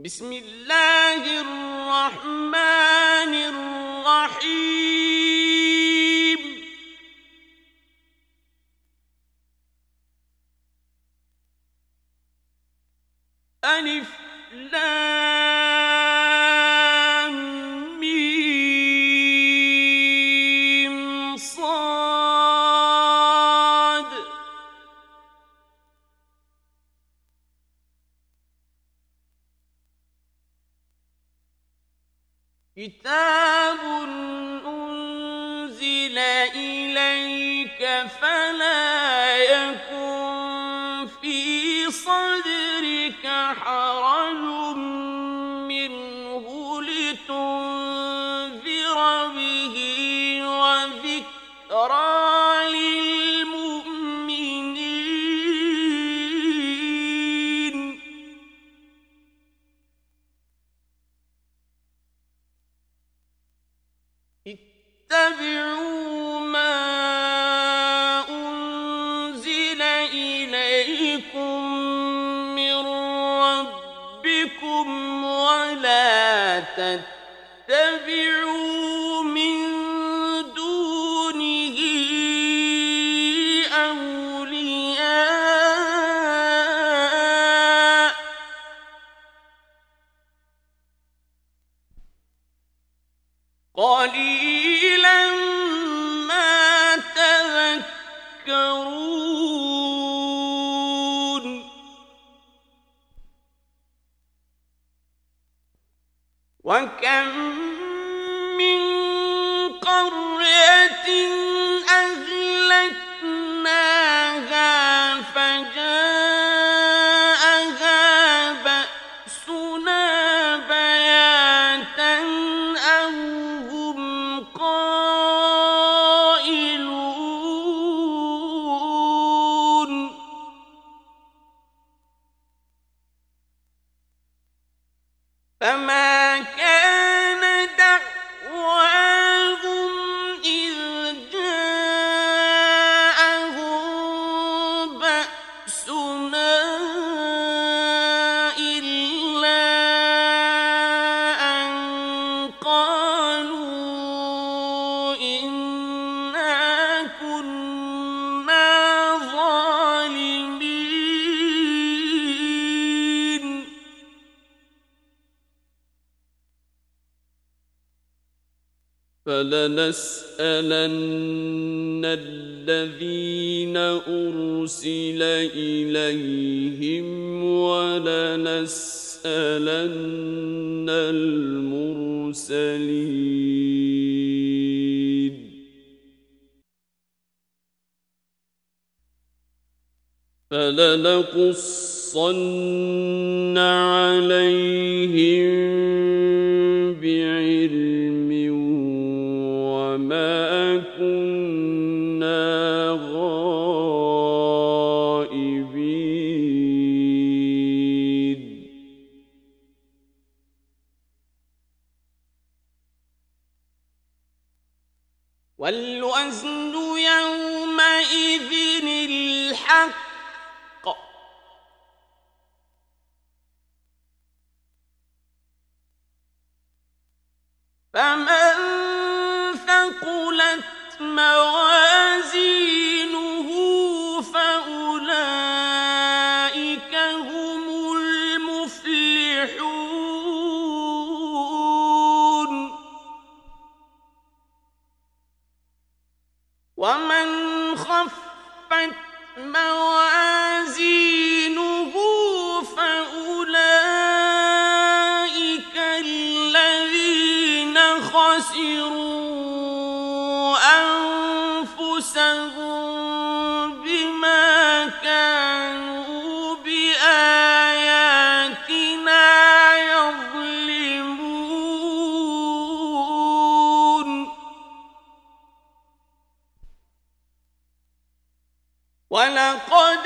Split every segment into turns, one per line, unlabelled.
بسم الله الرحمن الرحيم ألف لام ميم صاد كتاب أنزل إليك فلا يكن في صدرك حرج منه لتنذر به وذكرى للمؤمنين اتبعوا ما أنزل إليكم من ربكم ولا تتبعوا من دونه أولياء قليلا ما تذكرون وكم من قرية أهلكناها فجاءها بأسنا بياتا أو هم قائلون فما كان دعواهم إذ جاءهم بأسنا إلا أن قالوا إنا كنا ظالمين فلنسألن الذين أرسل إليهم ولنسألن المرسلين فلنقصن عليهم بعلم وما كنا غائبين والوزن يومئذ الحق فمن ثقلت موازينه فأولئك هم المفلحون ومن خفت موازينه فأولئك الذين خسروا أنفسهم بما كانوا بآياتنا يظلمون ولقد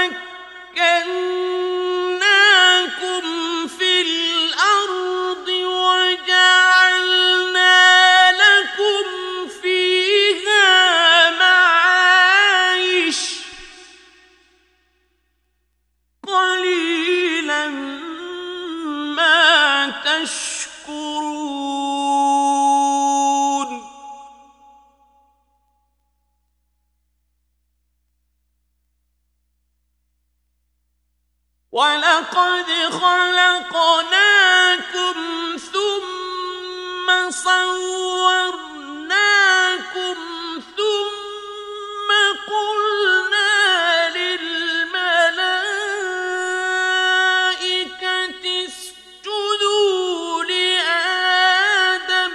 مكناكم في الأرض وجعلنا لكم فيها معايش قليلا ما تشكرون ولقد خلقناكم ثم صورناكم ثم قلنا للملائكة اسجدوا لآدم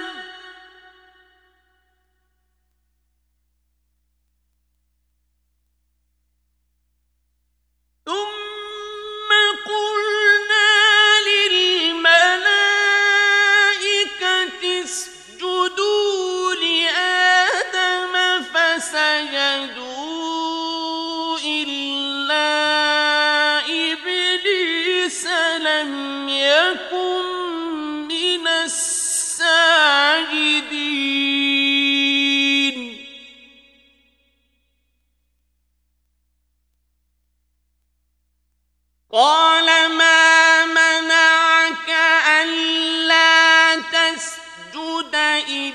ثم قلنا للملائكة اسجدوا لآدم فسجدوا إلا إبليس لم يكن من الساجدين قال ما منعك ألا تسجد إذ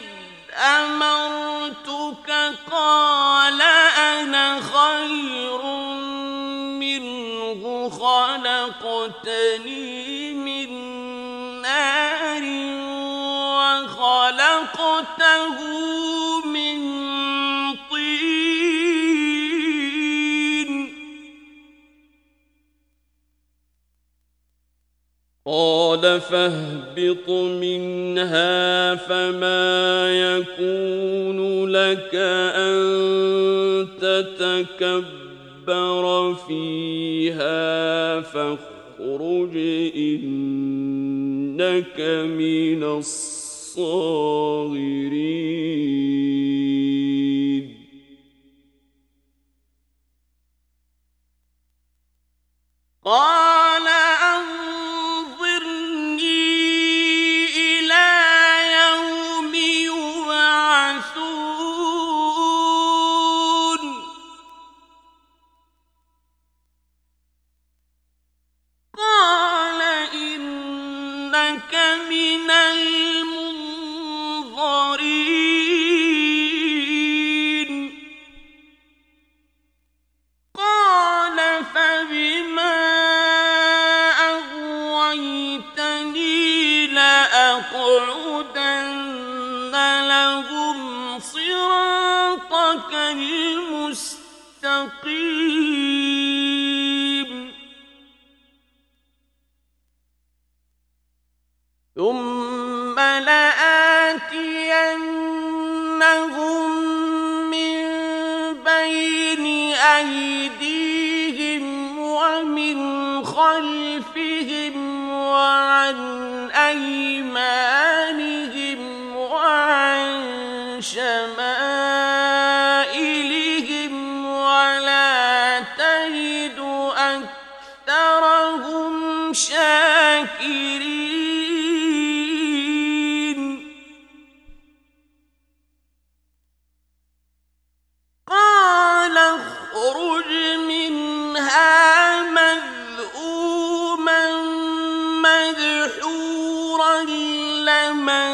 أمرتك قال أنا خير منه خلقتني من نار وخلقته من طين قال فاهبط منها فما يكون لك أن تتكبر فيها فاخرج إنك من الصاغرين قال من المنظرين قال فبما أغويتني لأقعدن لهم صراطك المستقيم ثم لآتينهم من بين أيديهم ومن خلفهم وعن أيمانهم وعن شمائلهم ولا تجد أكثرهم شاكرين قال اخرج منها مذءوما مدحورا لمن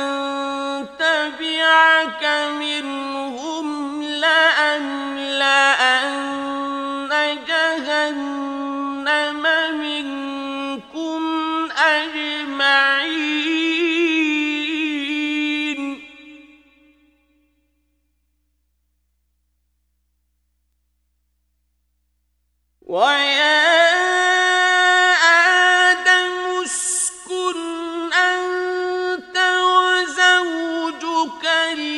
تبعك منهم لأملأن جهنم منكم أجمعين ويا آدم اسكن أنت وزوجك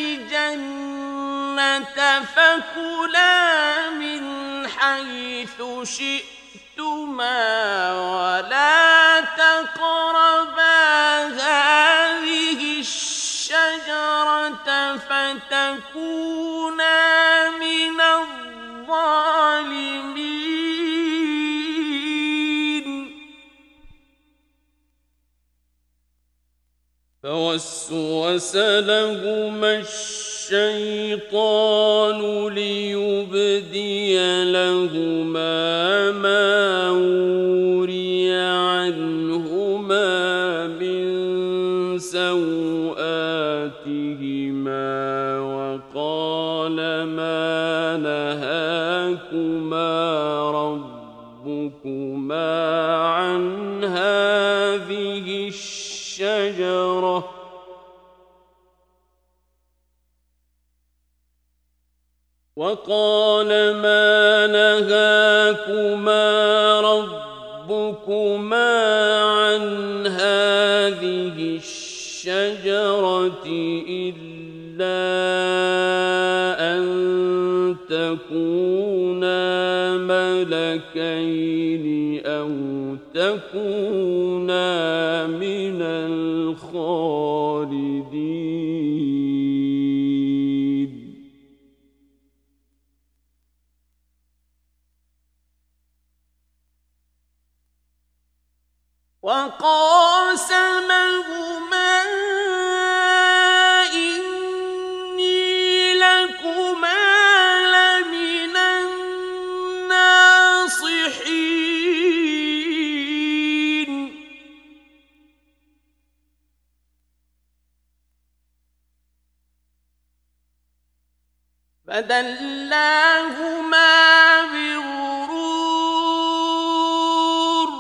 الجنة فكلا من حيث شئتما ولا تقربا هذه الشجرة فتكونا من الظالمين فوسوس لهما الشيطان ليبدي لهما ما وري عنهما من سوآتهما وقال ما نهاكما ربكما عن هذه الشجرة إلا أن تكونا ملكين أو تكونا من الخالدين وقاسمهما إني لكما لمن الناصحين فدلاهما بغرور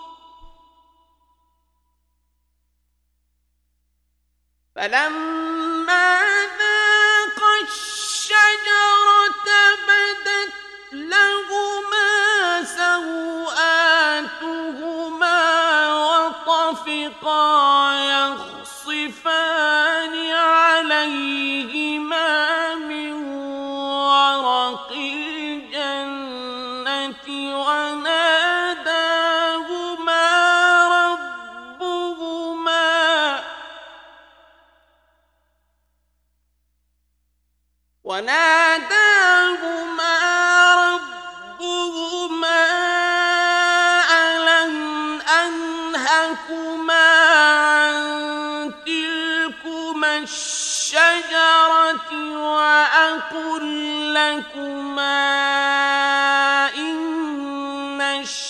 فلما ذاقا الشجرة بدت لهما سوآتهما وطفقا يخصفان عليهما من ورق الجنة وناداهما ربهما ألم أنهكما عن تلكما الشجرة وأقل لكما إن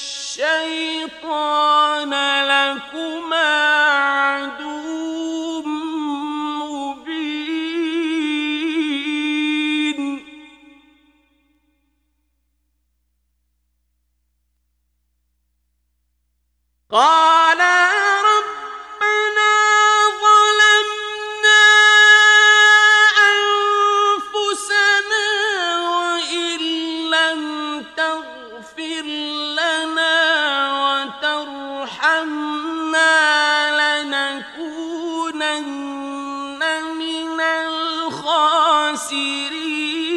الشيطان لكما عدو قالا ربنا ظلمنا أنفسنا وإن لم تغفر لنا وترحمنا لنكونن من الخاسرين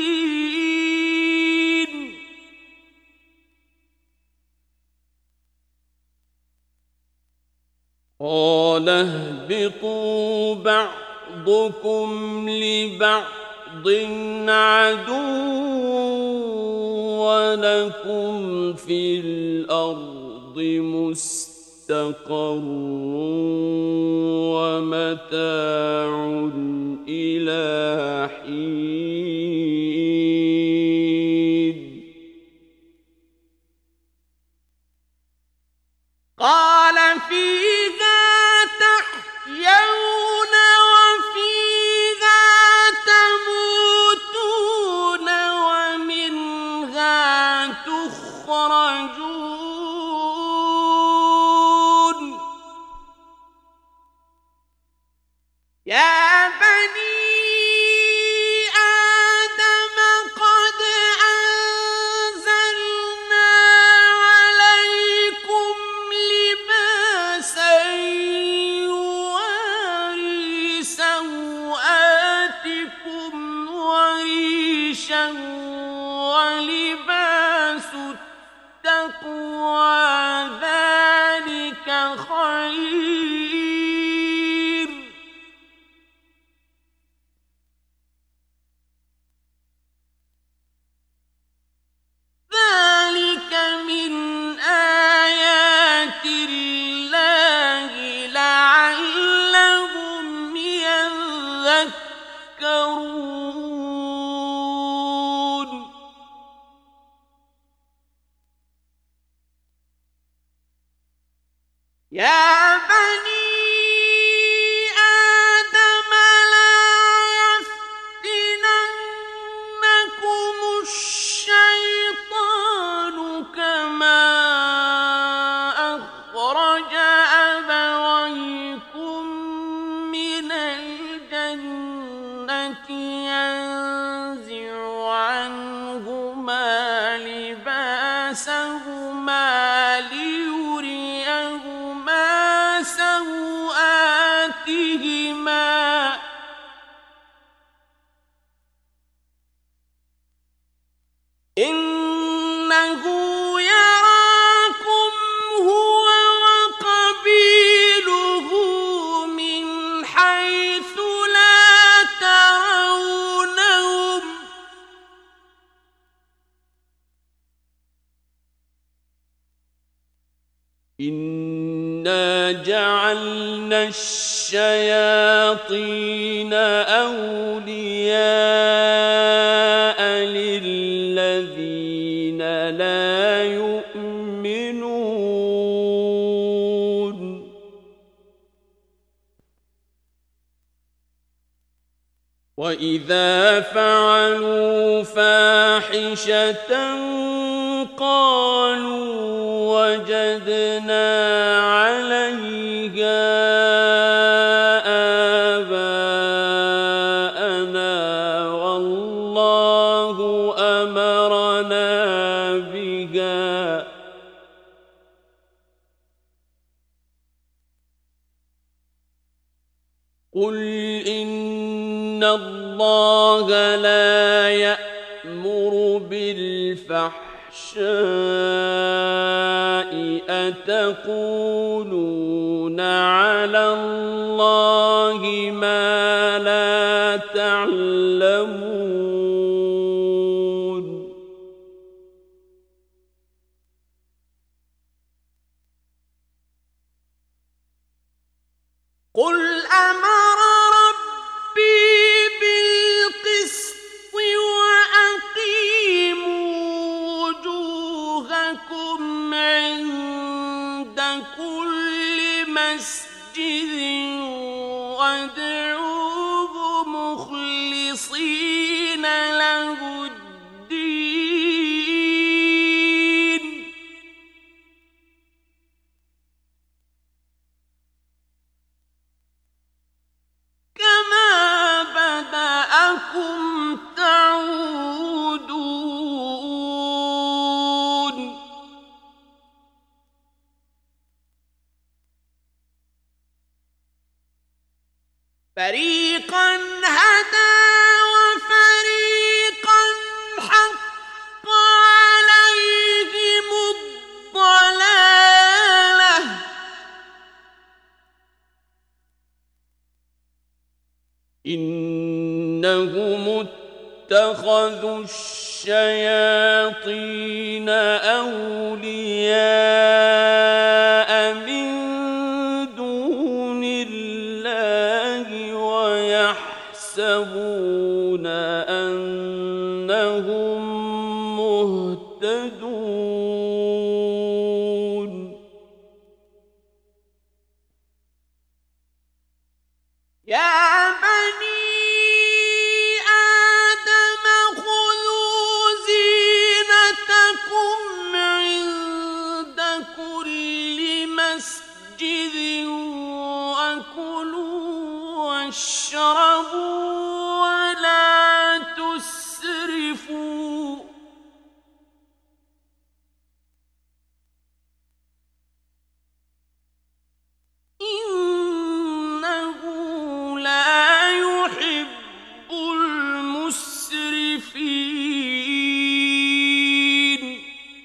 قال اهبطوا بعضكم لبعض عدو ولكم في الأرض مستقر ومتاع إلى حين قال فيها تحيون وفيها تموتون ومنها تخرجون يا بني آدم قد أنزلنا عليكم لباسا يواري سوآتكم وريشا ولباس التقوى ذلك خير يجعلون الشياطين أولياء للذين لا يؤمنون وإذا فعلوا فاحشة قالوا وجدنا عليها آباءنا والله أمرنا بها قل إن الله لا يأمر بالفحشاء أتقولون على الله ما لا تعلمون قل أمر ربي بالقسط وأقيموا وجوهكم عند كل مسجد وادعوه مخلصين له الدين كما بدأكم تعودون فريقا هدى وفريقا حق عليهم الضلالة إنهم اتخذوا الشياطين أولياء من دون الله ويحسبون أنهم مهتدون يا بني آدم خذوا زينتكم عند كل مسجد وكلوا واشربوا ولا تسرفوا إنه لا يحب المسرفين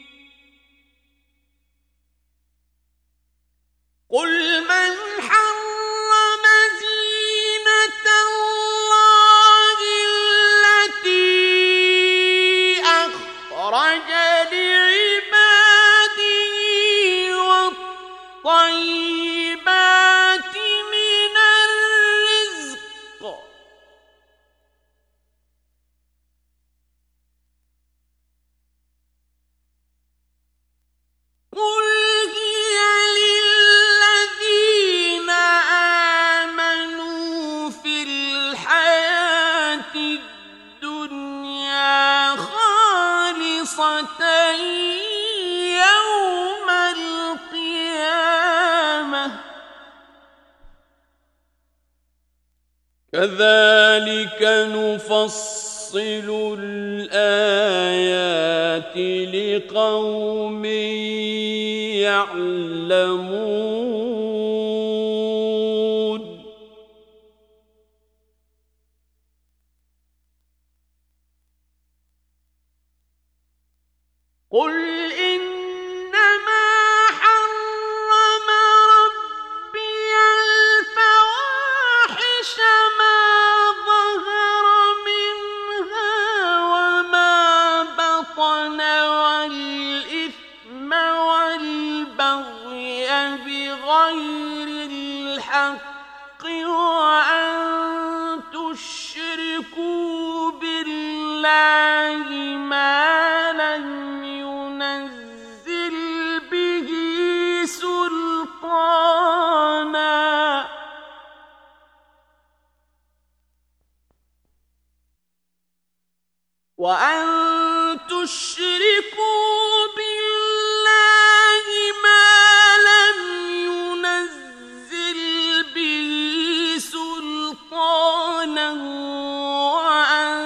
قل من حرم زينة الله التي أخرج لعباده والطيبات من الرزق قل هي للذين آمنوا في الحياة الدنيا خالصة يوم القيامة كذلك نفصل الآيات لقوم يعلمون قل إنما حرم ربي الفواحش ما ظهر منها وما بطن والإثم والبغي بغير الحق وأن تشركوا بالله ما لم ينزل به سلطانا وأن تشركوا بالله ما لم ينزل به سلطانا وأن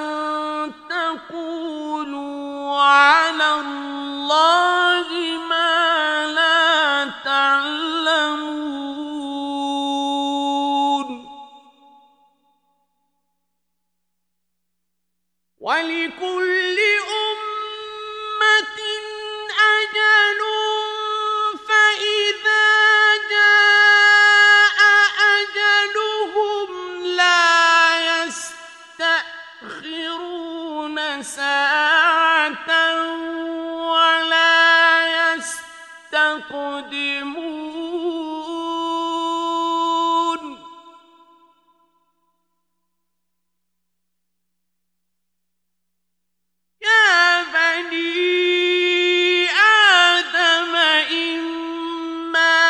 تقولوا على الله ما لا تعلمون ولكل أمة أجل فإذا جاء أجلهم لا يستأخرون ساعة ولا يستقدمون يا بني آدم إما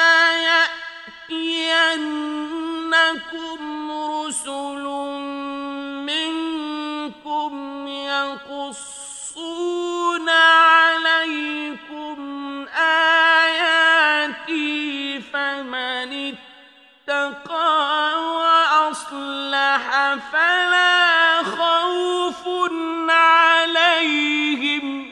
يأتينكم رسل منكم يقصون عليكم آياتي فمن اتقى وأصلح فلا خوف عليهم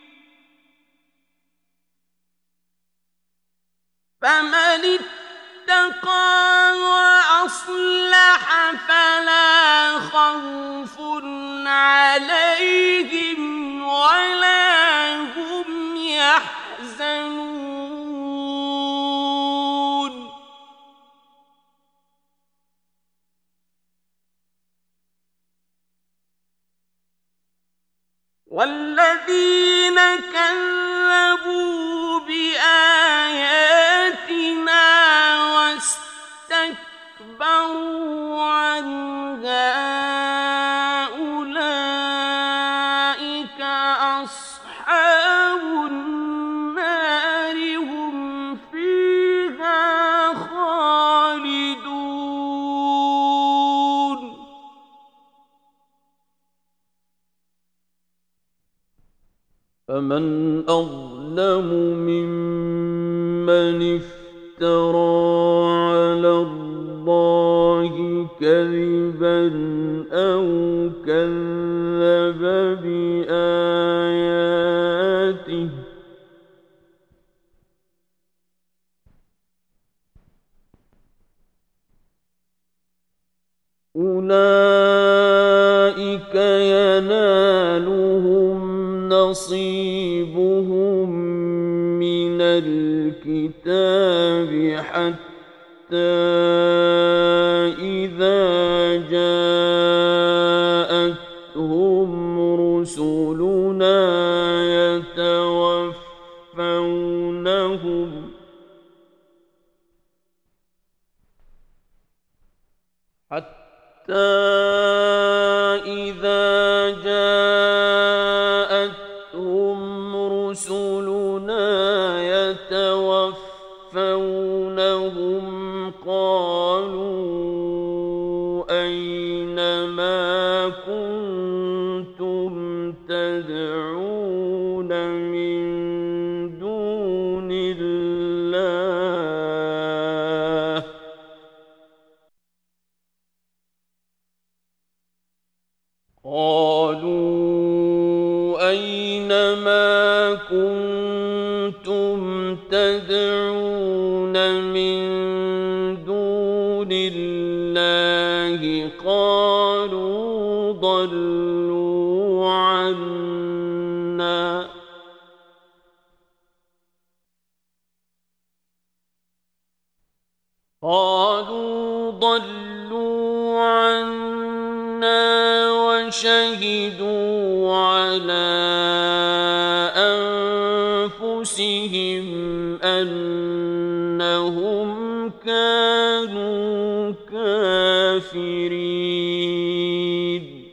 ولا هم يحزنون والذين كذبوا بآياتنا واستكبروا عنها أولئك أصحاب النار هم فيها خالدون
فمن أظلم ممن افترى على الله كذبا أو كذب بآياته أولئك ينالهم نصيبهم من الكتاب حتى إذا جاءتهم رسلنا يتوفونهم قالوا أين ما كنتم تدعون من دون الله قالوا أين ما كنتم تدعون من دون الله قالوا ضلوا عنا وشهدوا على أنفسهم أنهم كانوا كافرين الكافرين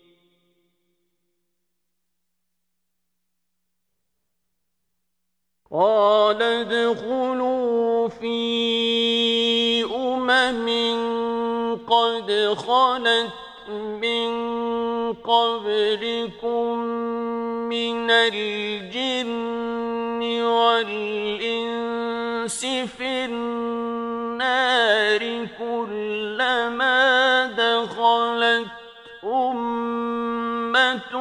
قال ادخلوا في قد خلت من قبلكم من الجن والإنس في النار كلما دخلت أمة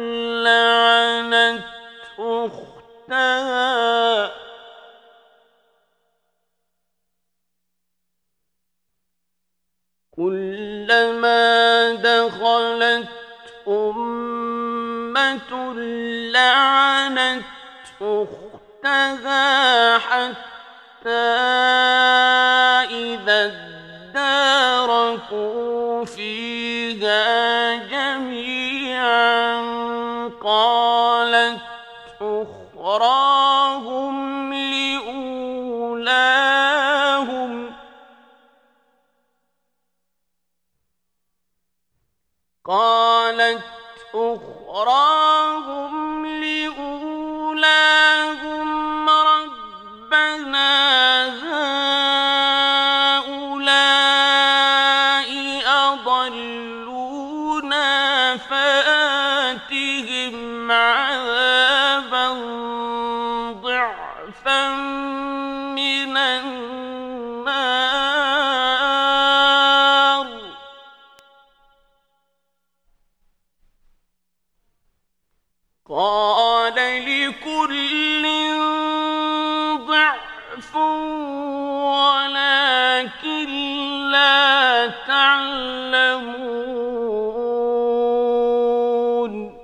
لعنت أختها كلما دخلت أمة لعنت أختها حتى إذا اداركوا فيها جميعا قالت أخراهم لأولاهم ربنا هؤلاء أضلونا فآتهم عذابا ضعفا من النار قال لكل ضعف ولكن لا تعلمون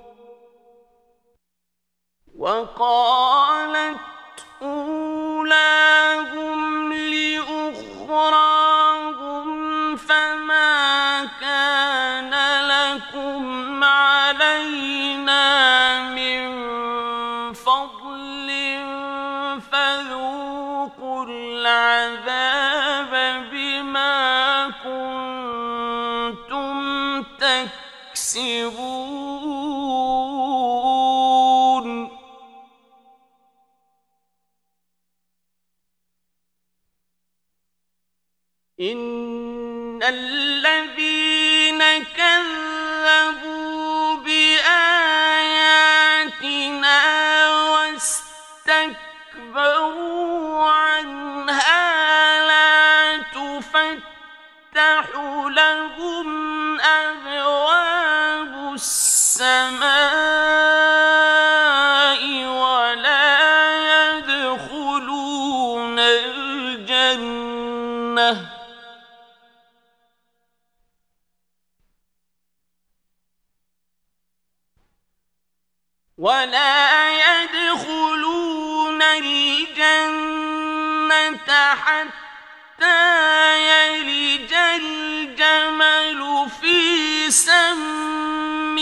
وقالت أولاهم لأخراهم فما كان لكم علينا فذوقوا العذاب بما كنتم تكسبون إن الذين كذبوا بآياتنا واستكبروا عنها لا تفتح لهم أبواب السماء ولا يدخلون الجنة حتى يلج الجمل في سم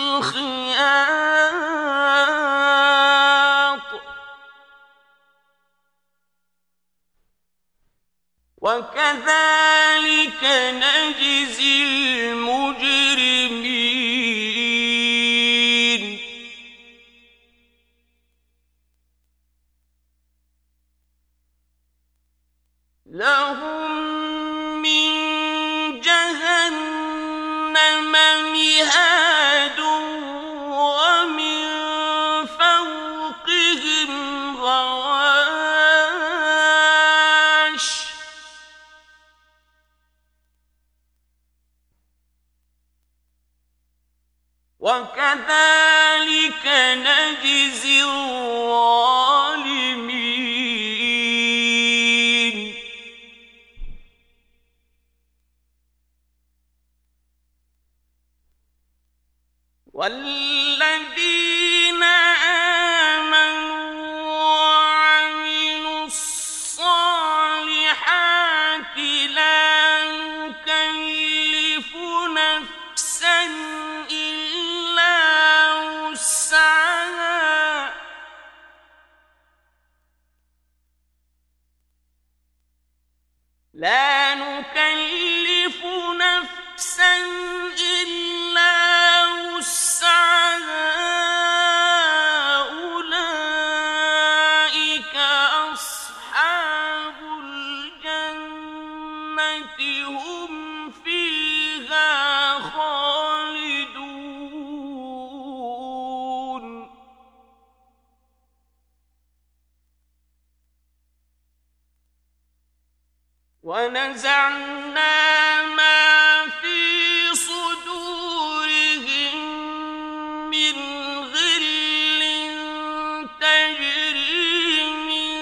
الخياط وكذلك نجزي المجرمين لهم من جهنم مهاد ومن فوقهم غواش وكذلك نجزي الظالمين والذين آمنوا وعملوا الصالحات لا نكلف نفسا إلا وسعها لا نكلف نفسا هم فيها خالدون ونزعنا ما في صدورهم من غل تجري من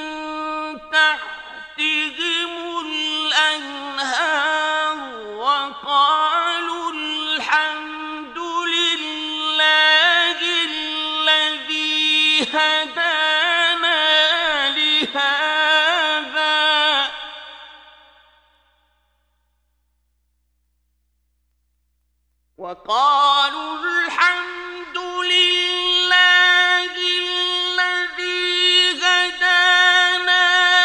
تحتهم الأنهار وقالوا الحمد لله الذي هدانا لهذا وقالوا الحمد لله الذي هدانا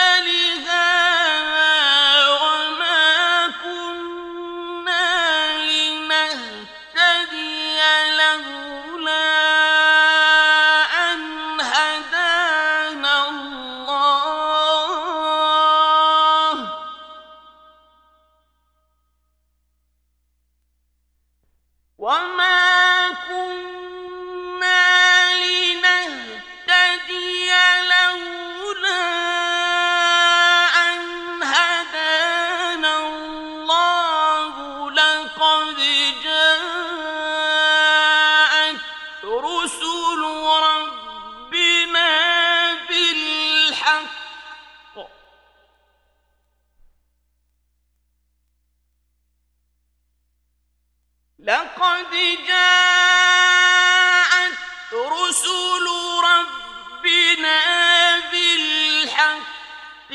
لهذا وما كنا لنهتدي لولا أن هدانا الله وما كنا لنهتدي لولا أن هدانا الله لقد جاءت رسل ربنا بالحق لقد جاءت رسل ربنا بالحق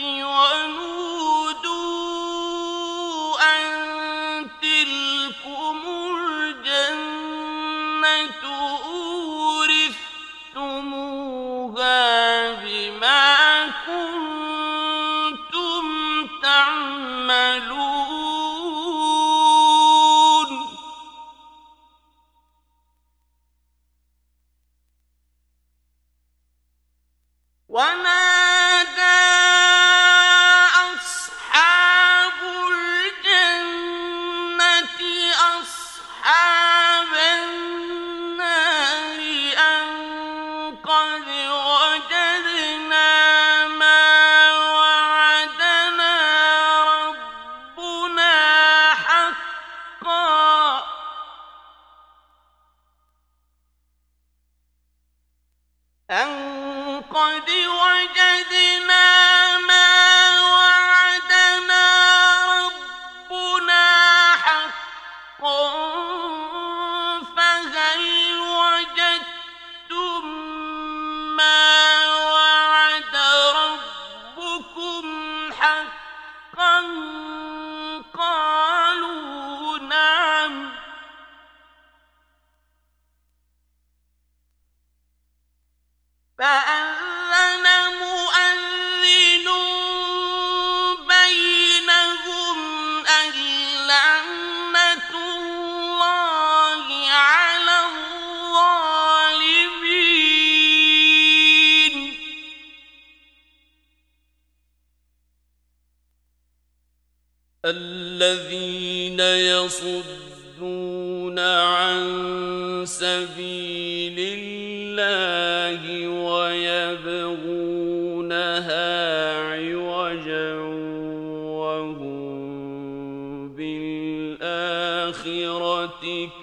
ونودوا أن تلكم الجنة أورثتموها بما كنتم تعملون ونادى أصحاب الجنة أصحاب النار أن قد وجدنا ما وعدنا ربنا حقا أن قد وجدنا ما وعدنا ربنا حقا فهل وجدتم ما وعد ربكم حقا قالوا نعم فأذن مؤذن بينهم اللعنة الله على الظالمين الذين يصدون عن سبيل الله ويبغونها عوجا وهم بالآخرة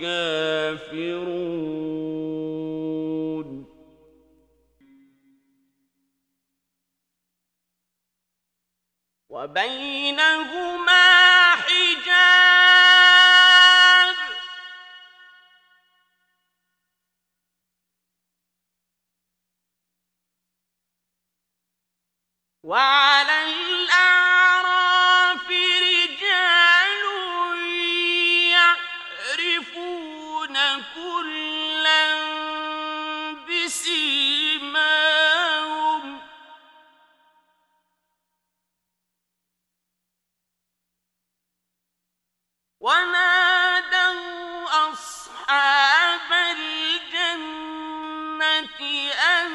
كافرون وبينهما حجاب وعلى الأعراف رجال يعرفون كلا بسيماهم ونادوا أصحاب الجنة أن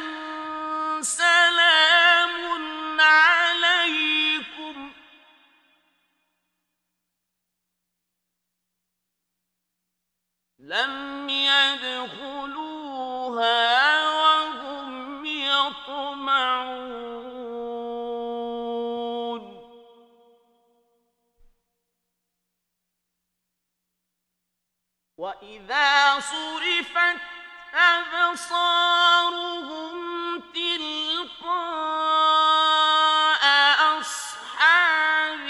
سلام عليكم
لم يدخلوها وهم يطمعون وإذا صرفت أبصارهم تلقاء أصحاب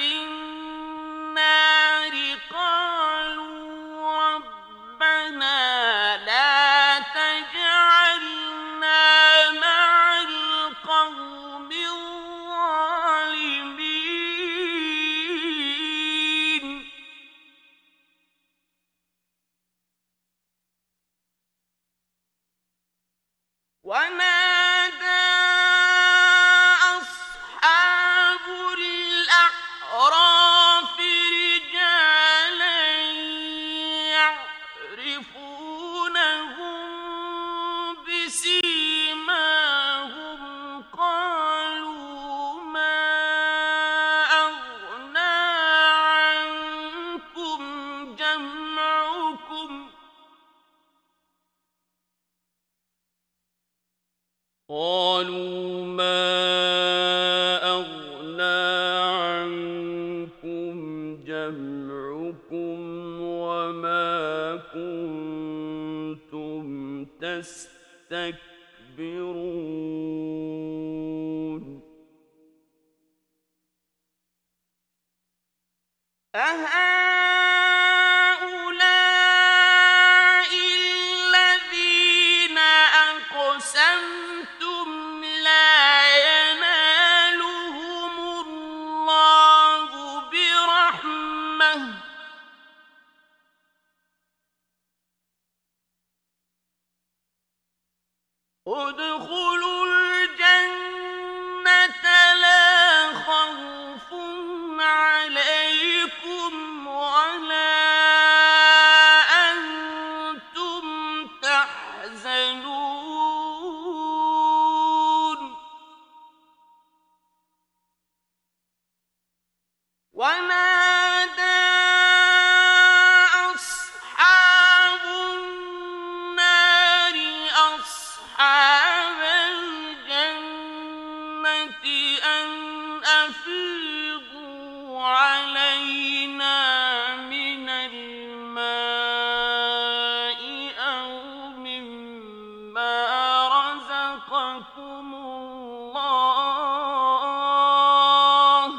النار قالوا ربنا لا تجعلنا مع القوم الظالمين ونادى أصحاب الأعراف رجالا يعرفونهم بسيماهم قالوا ما أغنى عنكم جمعكم قالوا ما أغنى عنكم جمعكم وما كنتم تستكبرون أهؤلاء الذين أقسمتم لا ينالهم الله برحمة ادخلوا الجنة لا خوف عليكم ولا أنتم تحزنون ونادى أصحاب النار أصحاب الجنة أن أفيضوا علينا من الماء أو مما رزقكم الله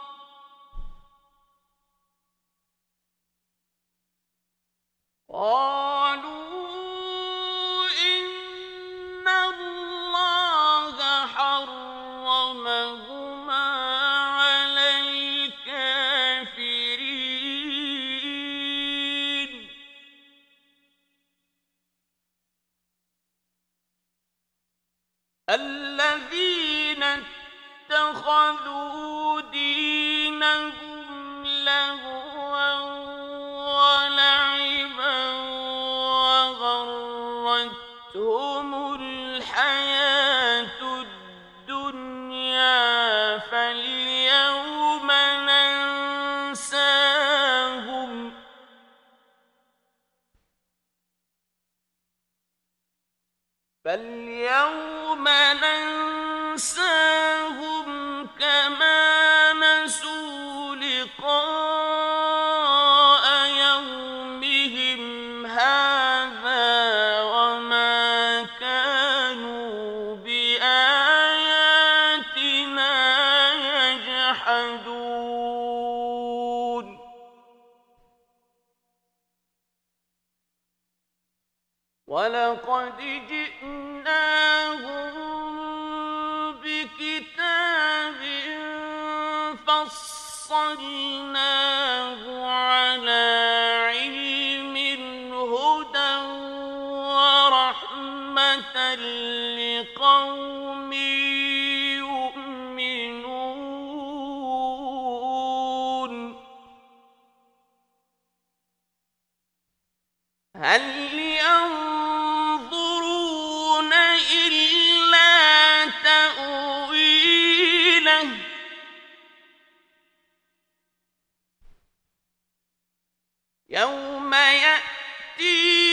قالوا إن الله حرمهما على الكافرين الذين اتخذوا دينهم لهوا ولعبا وغرتهم الحياة الدنيا فاليوم ننساهم كما نسوا لقاء يومهم هذا وما كانوا بآياتنا يجحدون ولقد جئناهم بكتاب فصلناه على علم هدى ورحمة لقوم يؤمنون هل ينظرون إلا تأويله يوم يأتي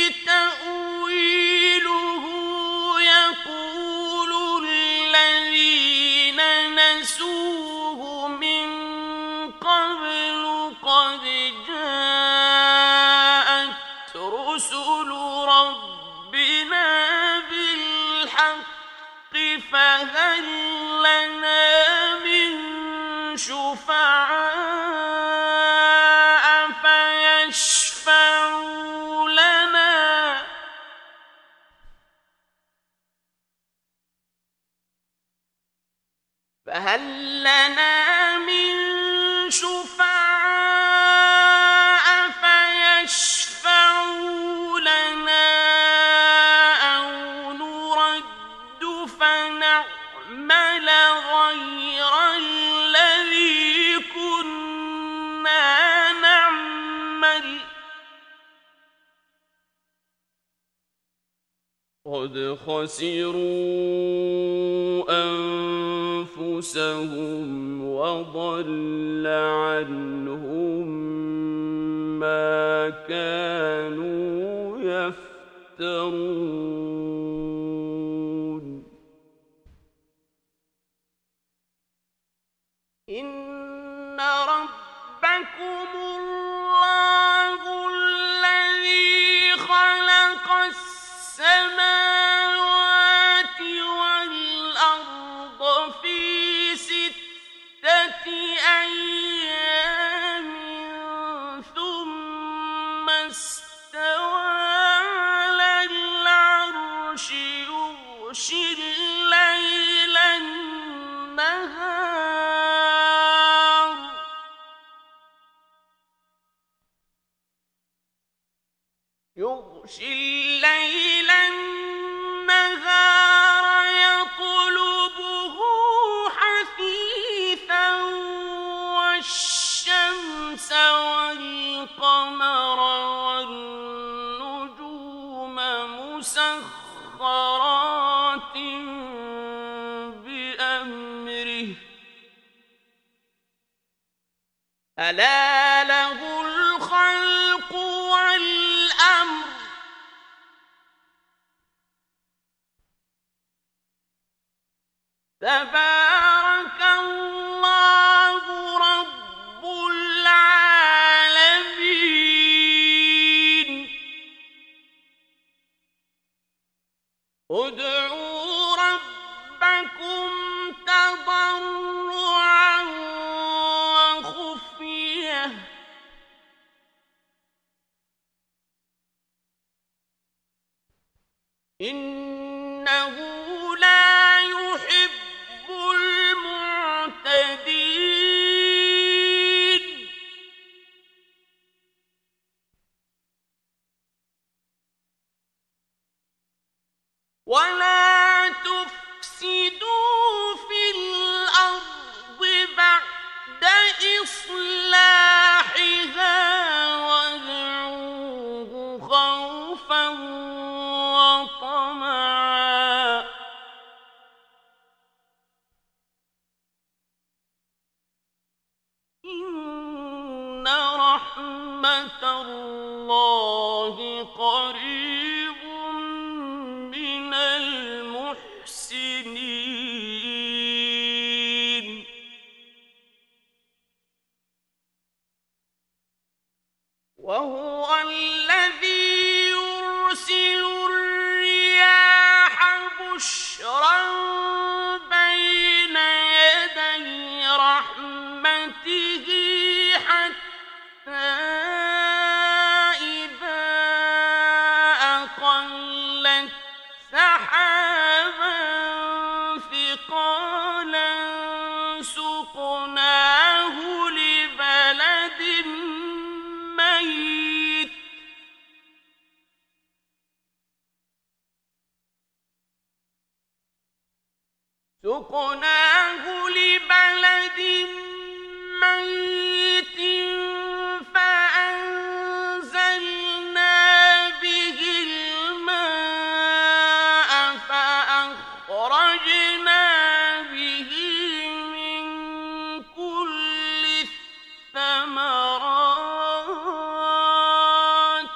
يشفعوا لنا فهل لنا من شفعاء فيشفعوا لنا أو نرد فنعمل غير الذي كنا نعمل قد خسروا أنفسهم وضل عنهم ما كانوا يفترون إن ربكم الله الذي خلق السماوات والأرض في 6 أيام ثم استوى على العرش يغشي الليل النهار يطلبه حثيثا والشمس والقمر والنجوم مسخرات بأمره ألا له الخلق والأمر تبارك الله رب العالمين ادعوا ربكم تضرعا وخفية إنه لا يحب المعتدين ولا تفسدوا في الأرض بعد إصلاحها وادعوه خوفا وطمعا إن رحمة الله قريب من المحسنين وهو الذي يرسل الرياح بشرا بين يدي رحمته حتى إذا أقلت سحابا ثقالا سقناه لبلد ميت فأنزلنا به الماء فأخرجنا به من كل الثمرات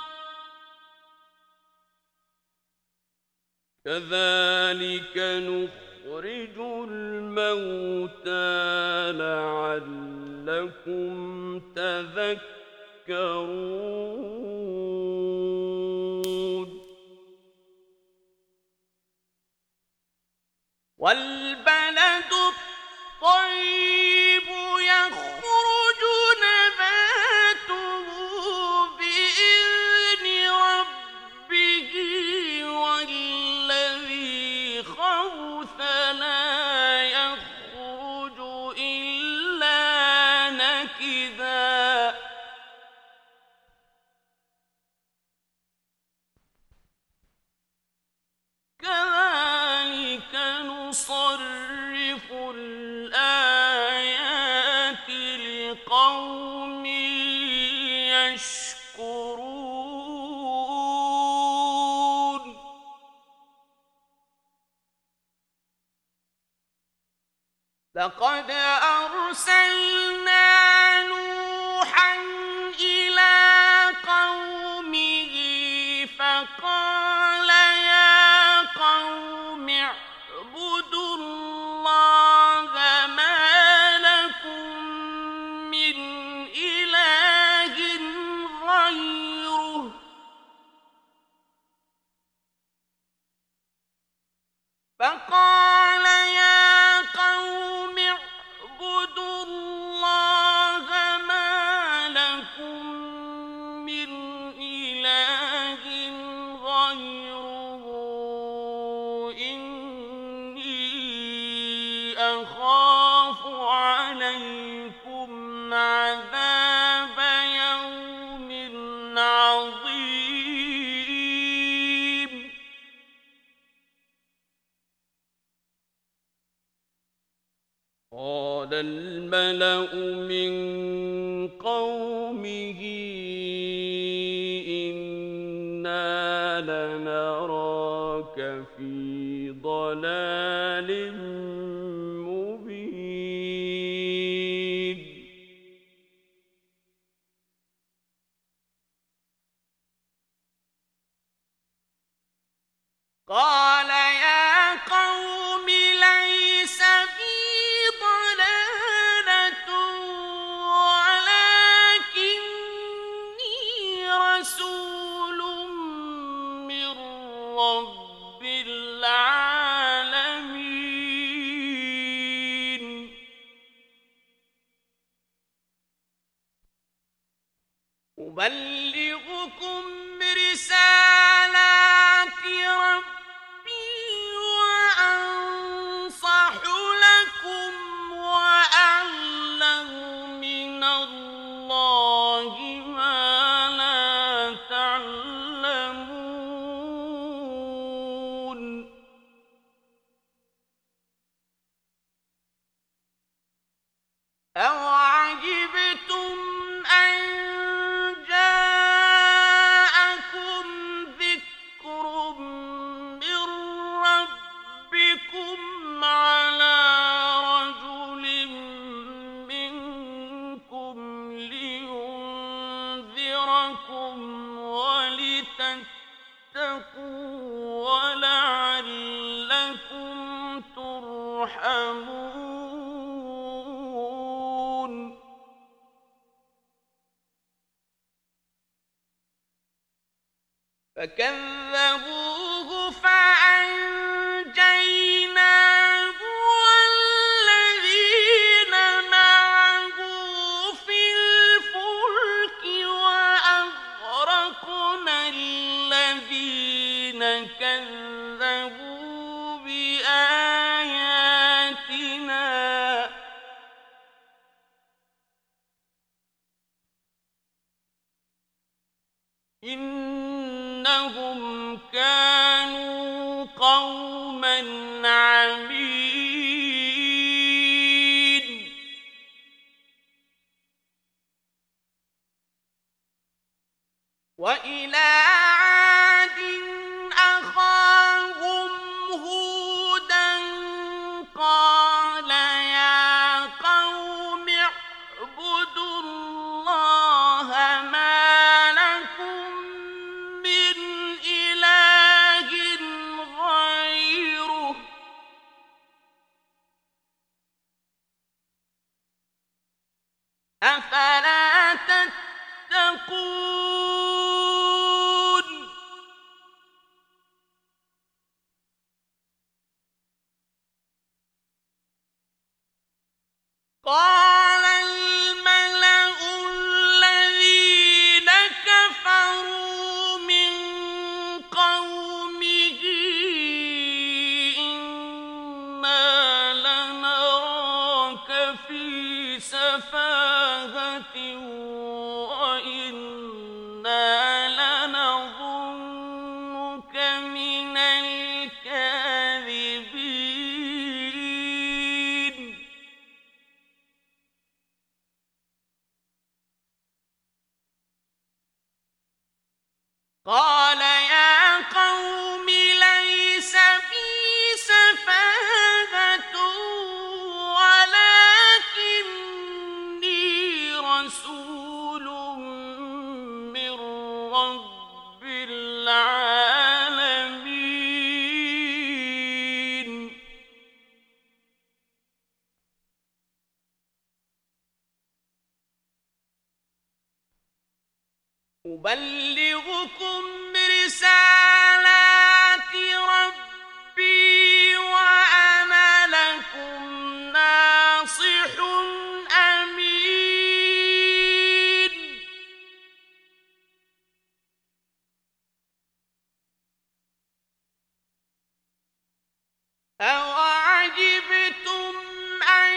كذلك نخرج الموتى لعلكم تذكرون والبلد الطيب يخرج نباته
يشكرون لقد أرسلنا نوحا إلى قومه فقال يا قوم اعبدوا الله ما لكم من إله غيره فقال يا قوم اعبدوا الله ما لكم من إله غيره إني أخاف عليكم عذاب يوم عظيم قال الملأ من قومه إنا لنراك في ضلال مبين قال يا قوم ليس بي ضلالة ولكني رسول من رب العالمين أبلغكم رسالات ربي وأنصح لكم وأعلم من الله ما لا تعلمون أوعجبتم أن جاءكم ذكر من ربكم على رجل منكم لينذركم ولتتقوا ولعلكم ترحمون فكذبوه فأنجيناه والذين معه في الفلك وأغرقنا الذين كذبوا بآياتنا إنهم كانوا قوما عمين وإلى عاد أخاهم هودا قال يا قوم اعبدوا الله ما لكم من إله غيره أفلا تتقون قال يا قوم ليس بي سفاهة ولكني رسول من رب العالمين أبلغكم رسالات ربي وأنا لكم ناصح أمين أوعجبتم أن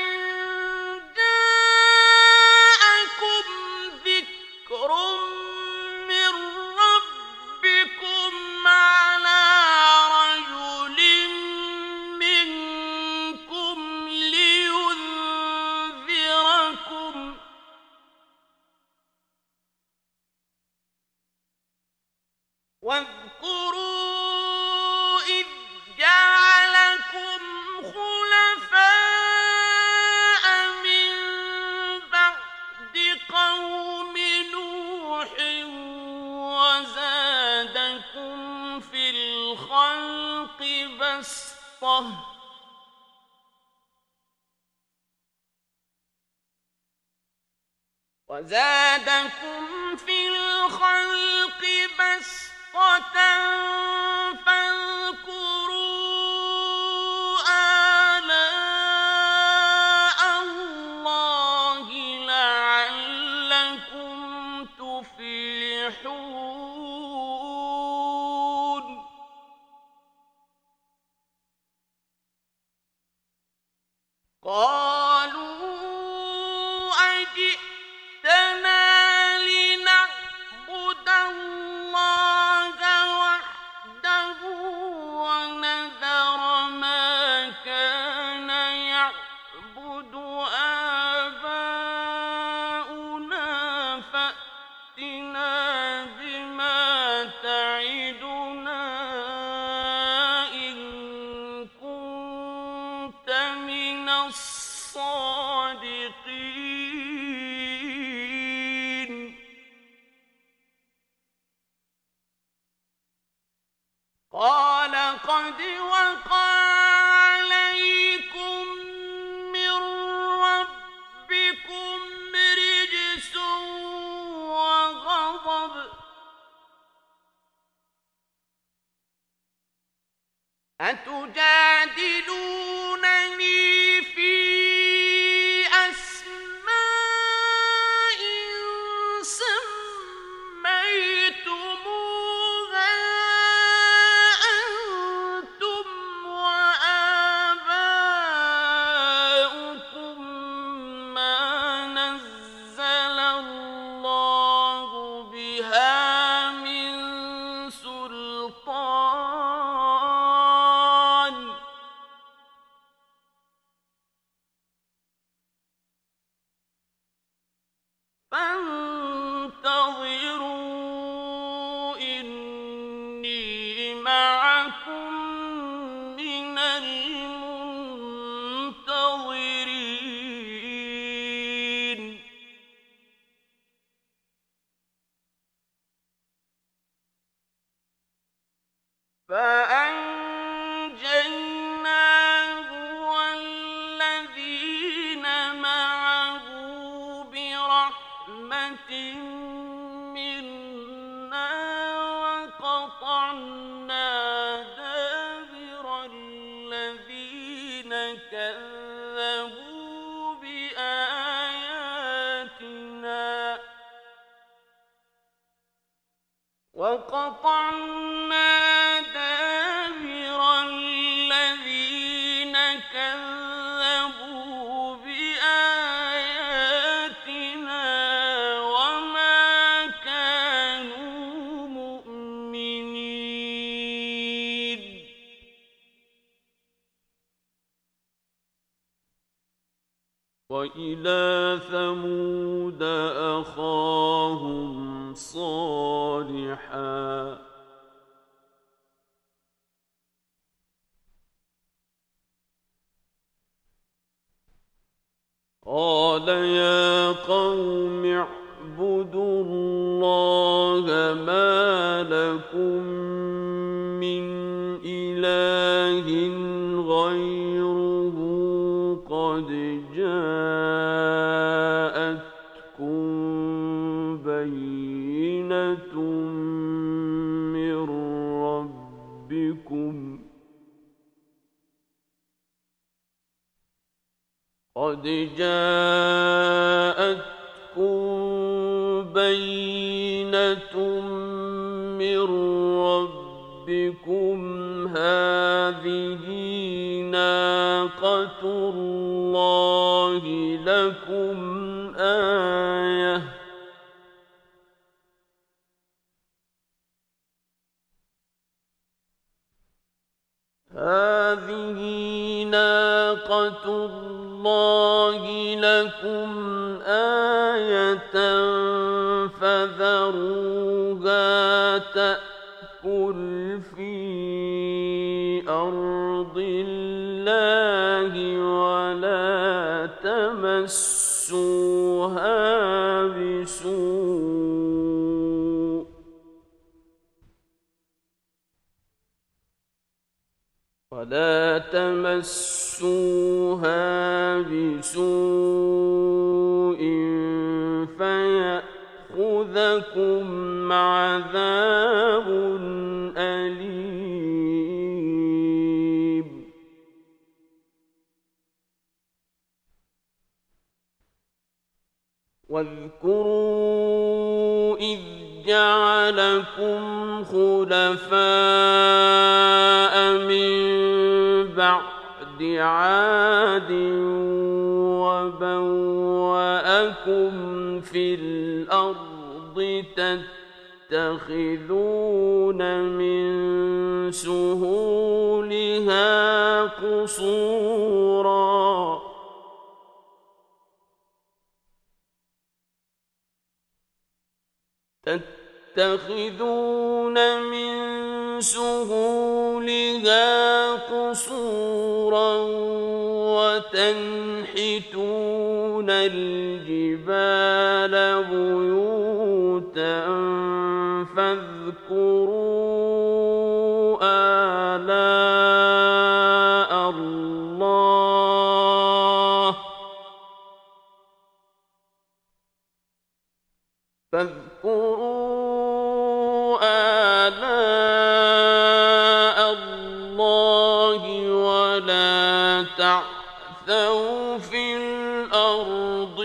جاءكم ذكر من ربكم على رجل منكم لينذركم واذكروا إذ جعلكم خلفاء من بعد قوم نوح وزادكم في الخلق بسطة فاذكروا آلاء الله لعلكم تفلحون قالوا أجئتنا لنعبد الله وحده ونذر ما كان يعبد آباؤنا فأتنا بما تعدنا إن كنت من الصادقين قال قد وقع عليكم من ربكم رجس وغضب أتجادلونني في أسماء سميتموها أنتم وآباؤكم ما نزل الله بها من سلطان فانتظروا إني معكم من المنتظرين فأنجيناه والذين معه برحمة منا وقطعنا دابر الذين كذبوا بآياتنا وقطعنا دابر الذين كذبوا بآياتنا وما كانوا مؤمنين وإلى ثمود أخاهم
صالحا قال يا قوم اعبدوا الله ما لكم من إله غيره قد جاءتكم بينة من ربكم هذه ناقة الله لكم آية فذروها تأكل في أرض الله ولا تمسوها بسوء فيأخذكم عذاب أليم واذكروا إذ جعلكم خلفاء من بعد عاد وبوأكم في الأرض تتخذون من سهولها قصورا وتنحتون الجبال بيوتا فاذكروا آلاء الله ولا تعثوا في الأرض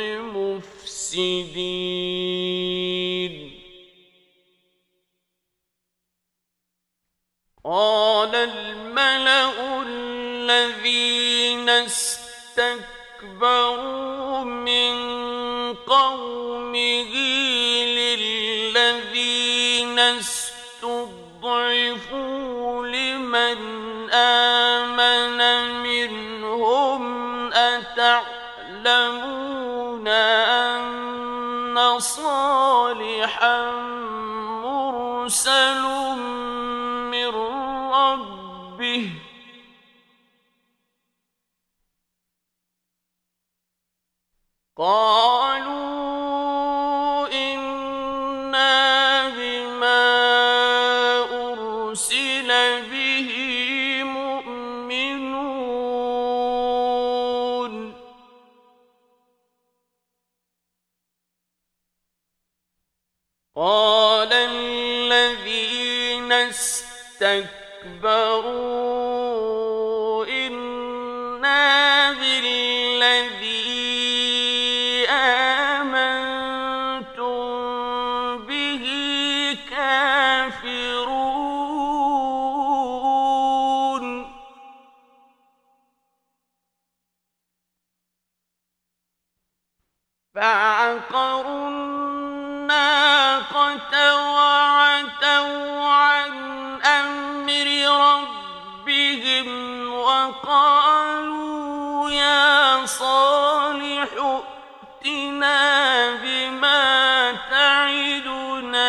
مفسدين قال الملأ الذين استكبروا من قومه للذين استضعفوا لمن آمن منهم أتعلمون أن صالحا مرسل من ربه قالوا إنا بما أرسل به مؤمنون قال الذين استكبروا إنا بالذي آمنتم به كافرون فعقروا الناقة وعتوا عن أمر ربهم وقالوا يا صالح ائتنا بما تعدنا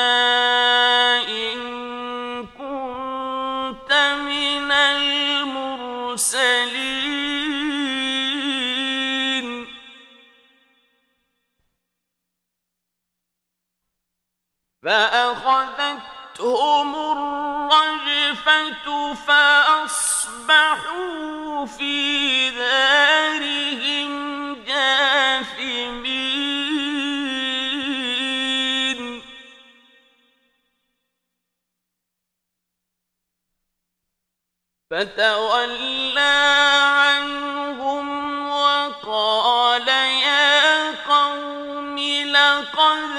فأخذتهم الرجفة فأصبحوا في دارهم جاثمين فتولى عنهم وقال يا قوم لقد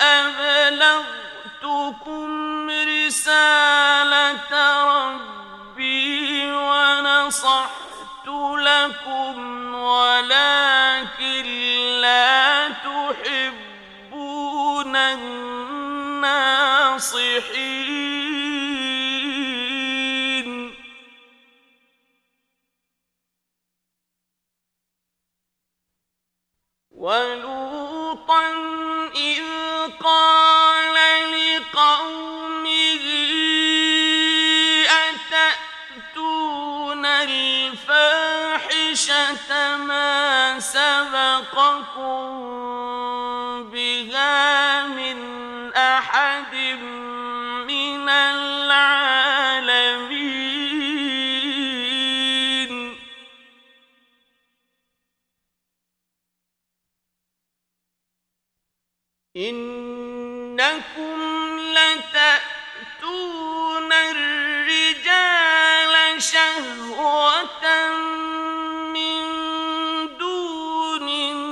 أبلغتكم رسالة ربي ونصحت لكم ولكن لا تحبون الناصحين ولوطا إذ قال لقومه أتأتون الفاحشة ما سبقكم بها من أحد من العالمين إنكم لتأتون الرجال شهوة من دون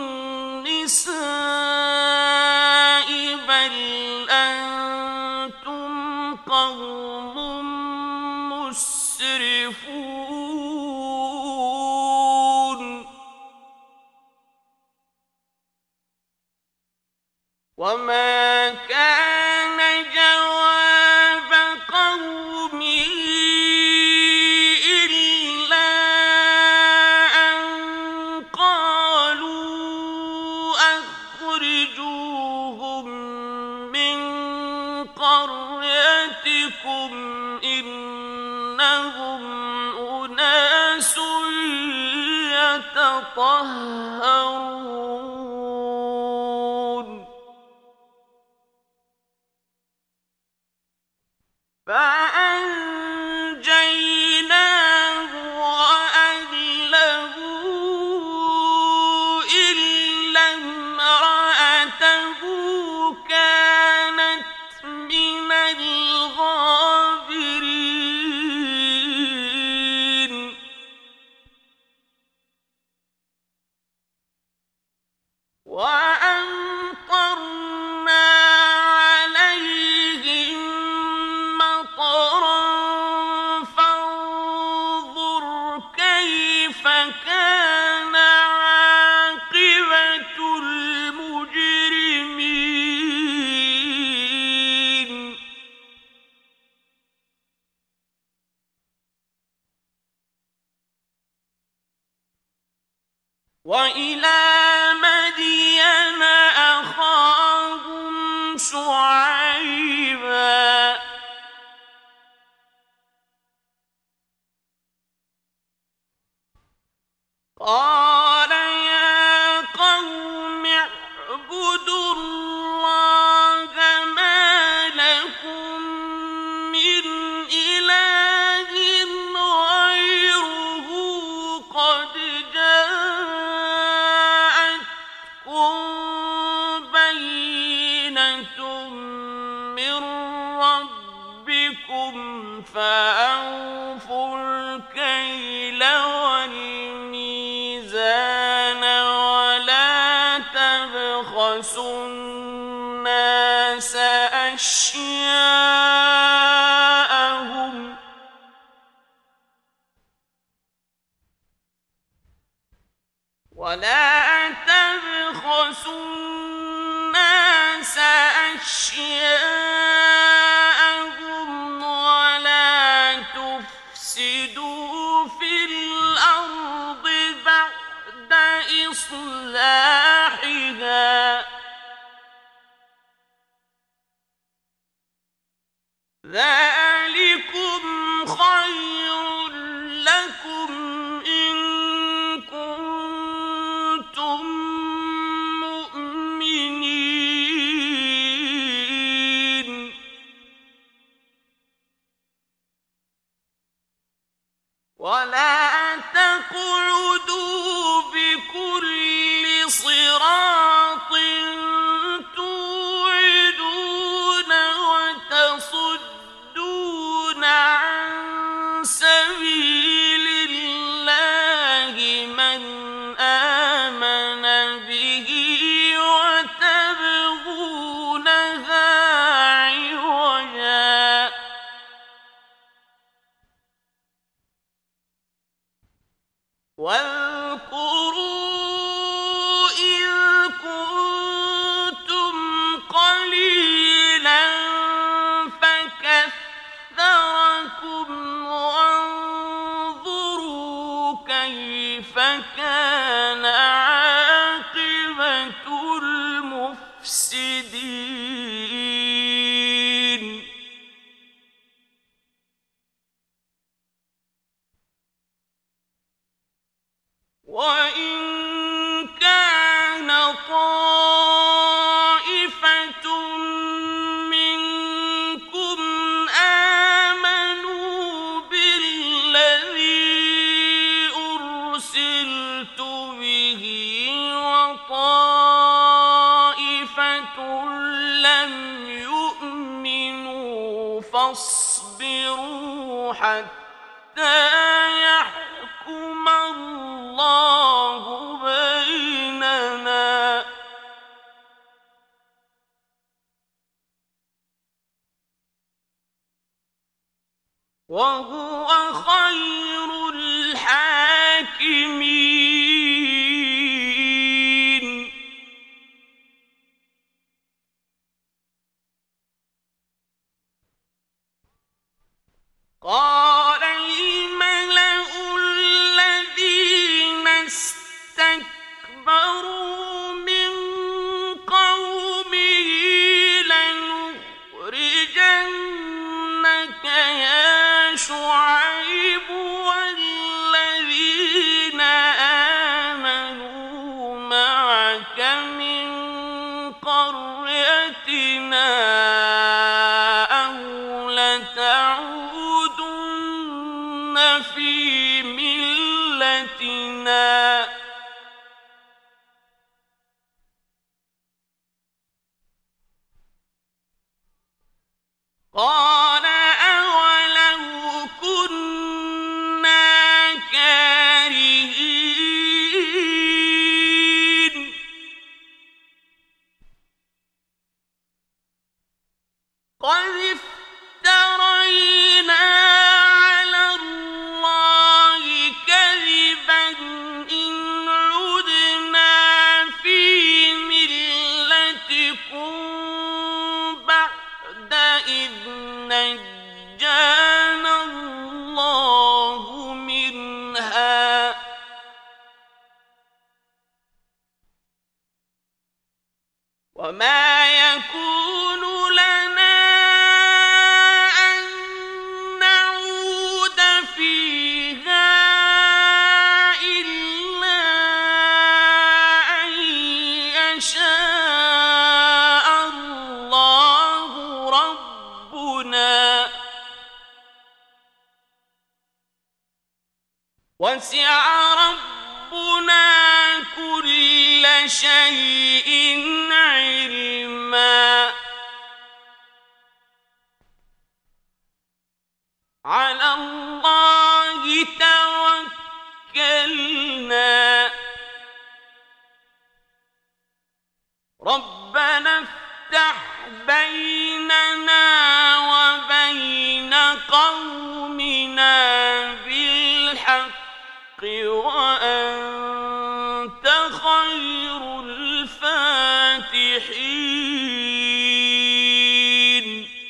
النساء بل أنتم قوم مسرفون وما كان جواب قومه إلا أن قالوا أخرجوهم من قريتكم إنهم أناس يتطهرون فأنجيناه وأهله إلا امرأته كانت من الغابرين وأمطرنا عليهم مطرا فانظر كيف كان عاقبة المجرمين وإلى مدين أخاهم شعيبا قال يا قوم اعبدوا الله ما لكم من إله غيره قد جاءتكم بينة من ربكم فأوفوا الكيل والميزان ولا تبخسوا الناس أشياءهم ولا تفسدوا في الأرض بعد إصلاحها ذلكم خير لكم إن كنتم مؤمنين ولا تقعدوا بكل صراط توعدون وتصدون عن سبيل الله من آمن به وتبغونها عوجا واذكروا إذ كنتم قليلا فكثركم وانظروا كيف كان عاقبة المفسدين وإن كان طائفة منكم آمنوا بالذي أرسلت به وطائفة لم يؤمنوا فاصبروا حتى يحكم الله بيننا وهو خير الحاكمين قال الملأ الذين استكبروا من قومه لنخرجنك يا شعيب والذين آمنوا معك من قريتنا أو لتعودن في ملتنا قال أولو كنا كارهين قد افترينا على الله كذبا إن عدنا في ملتكم بعد إذ نجانا الله منها وما يكون لنا أن نعود فيها إلا أن يشاء الله ربنا وسع ربنا كل شيء علما على الله توكلنا ربنا افتح بيننا وبين قومنا بالحق وأنت خير الفاتحين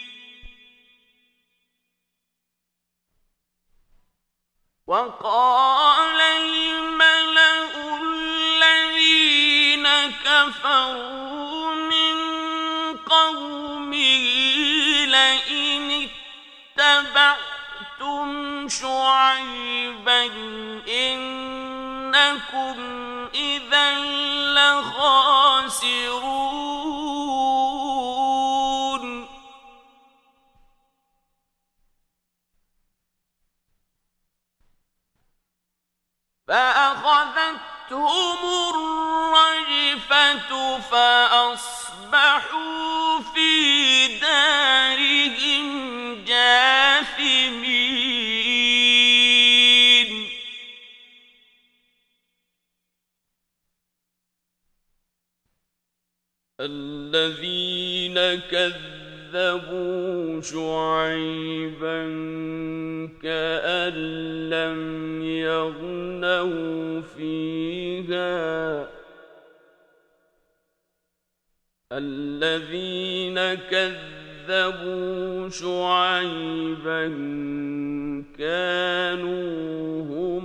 وقال الملأ الذين كفروا من قومه لئن اتبعتم شعيبا إنكم إذا لخاسرون فأخذتهم الرجفة فأصبحوا في دارهم جاثمين الذين كذبوا شعيبا كأن لم يغنوا فيها الذين كذبوا شعيبا كانوا هم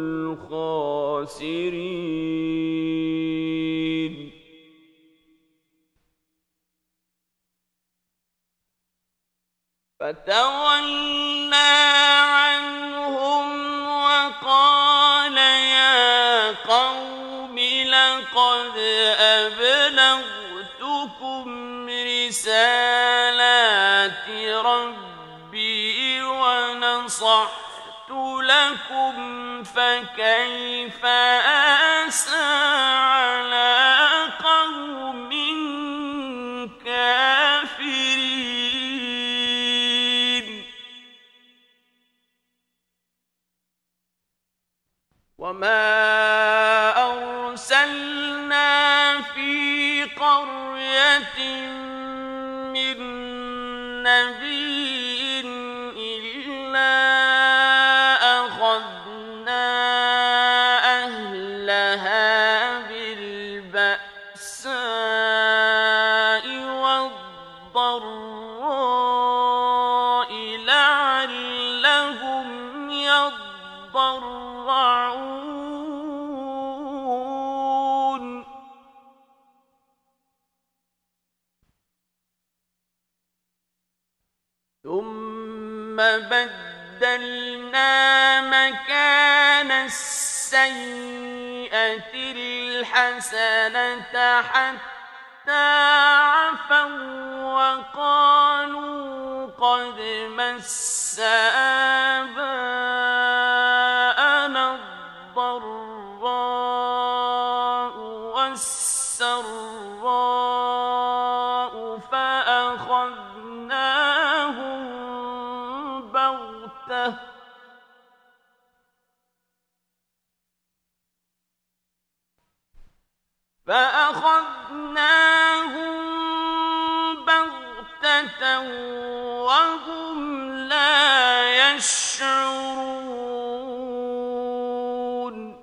الخاسرين فتولى عنهم وقال يا قوم لقد أبلغتكم رسالات ربي ونصحت لكم فكيف آسى على قوم كافرين وما أرسلنا في قرية من نبي إلا أخذنا أهلها بالبأساء والضراء لعلهم يضرعون ثم بدلنا مكان السيئة الحسنة حتى عفوا وقالوا قد مس آباءنا الضراء والسراء فأخذناهم بغتة وهم لا يشعرون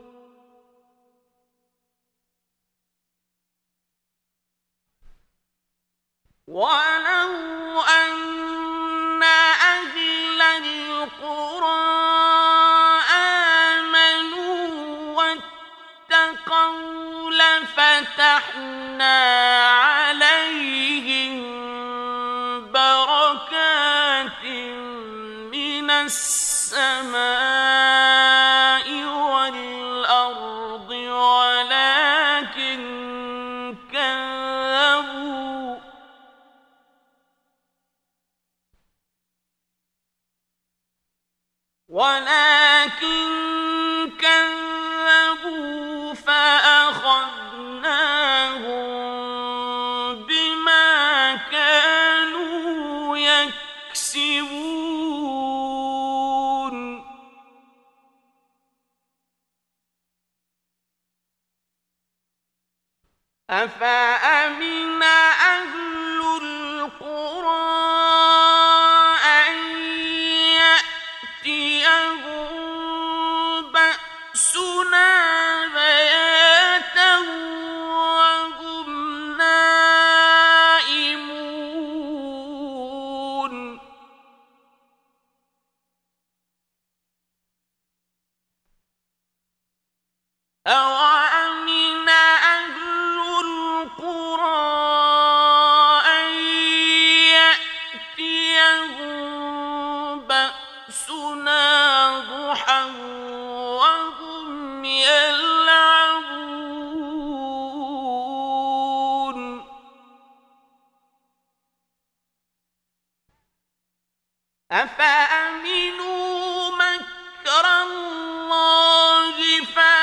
ولو أن أهل القرى آمنوا واتقوا لفتحنا عليهم بركات من السماء والأرض ولكن كذبوا فأخذناهم بما كانوا يكسبون أفأمن أهل القرى أن يأتيهم بأسنا بياتا وهم نائمون أوأمن أهل القرى أن يأتيهم بأسنا ضحى وهم يلعبون أفأمنوا مكر الله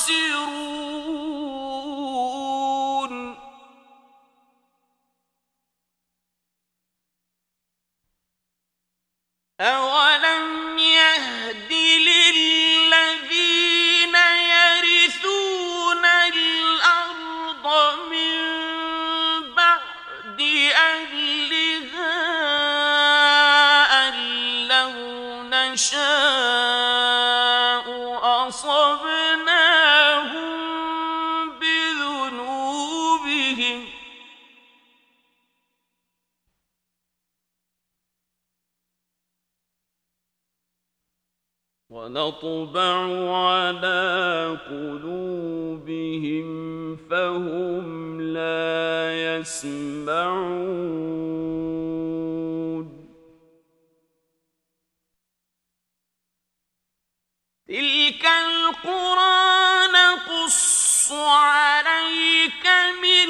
خاسرون أولم يهد للذين يرثون الأرض من بعد أهلها أن لو نشاء أصبناهم بذنوبهم ونطبع على قلوبهم فهم لا يسمعون تلك القرى نقص عليك من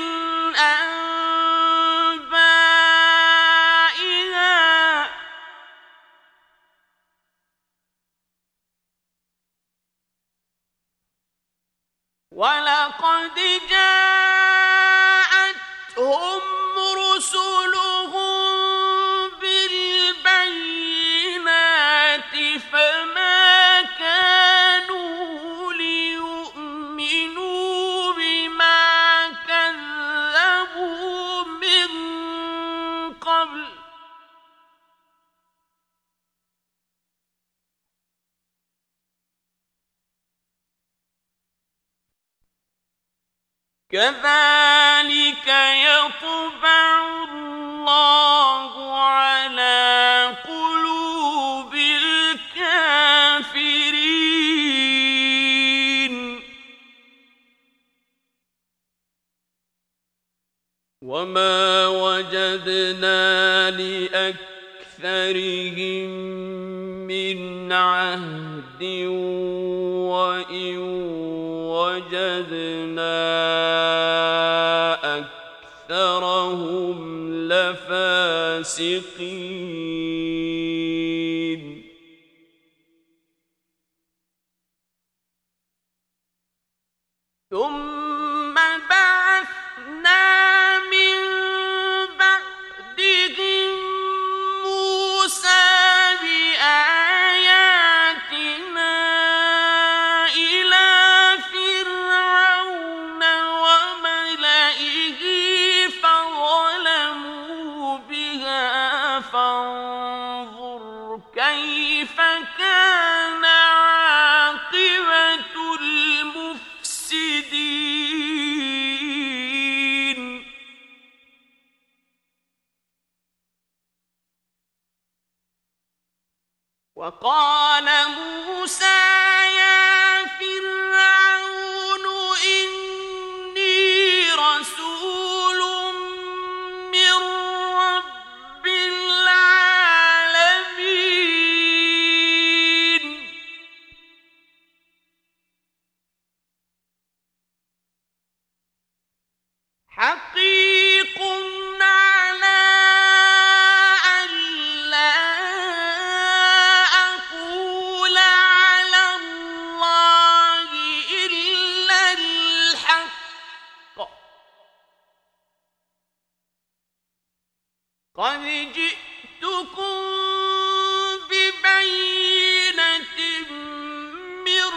أنبائها ولقد جاءتهم رسلهم بالبينات فما كانوا ليؤمنوا بما كذبوا من قبل كذلك يطبع الله على قلوب الكافرين وما وجدنا لأكثرهم من عهد وإن وجدنا أكثرهم لفاسقين ثم بعثنا من بعدهم موسى بآياتنا إلى فرعون وملئه فظلموا بها فانظر كيف كان عاقبة المفسدين وقال موسى يا فرعون إني رسول من رب العالمين حقيق على أن لا أقول على الله إلا الحق قد جئتكم ببينة من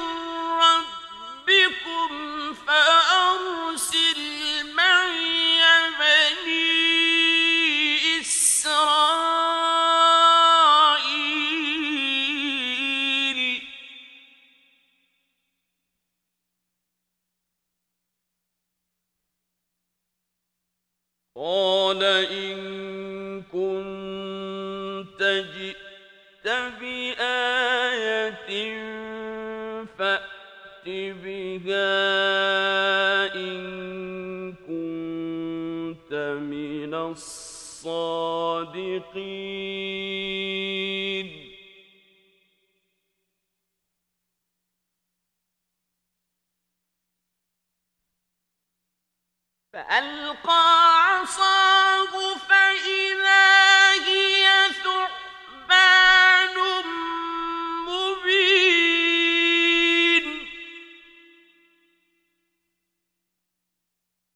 ربكم فأرسل معي بني إسرائيل قال إن كنت جئت بآية فأت بها إن كنت من الصادقين فألقى عصاه فإذا هي ثعبان مبين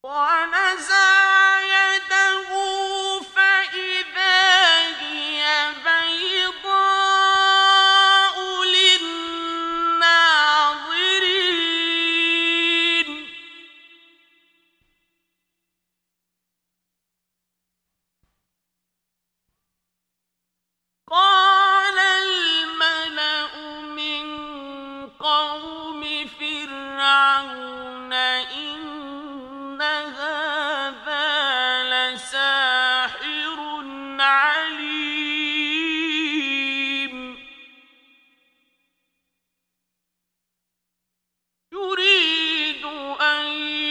ونزع يده فإذا هي بيضاء للناظرين قال الملأ من قوم فرعون إن هذا لساحر عليم يريد أن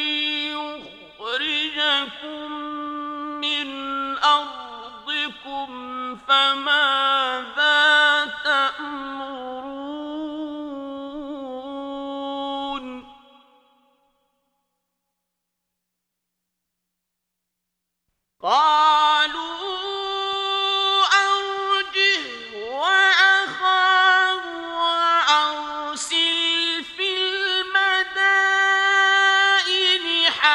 يخرجكم من أرضكم فماذا تأمرون قالوا أرجه وأخاه وأرسل في المدائن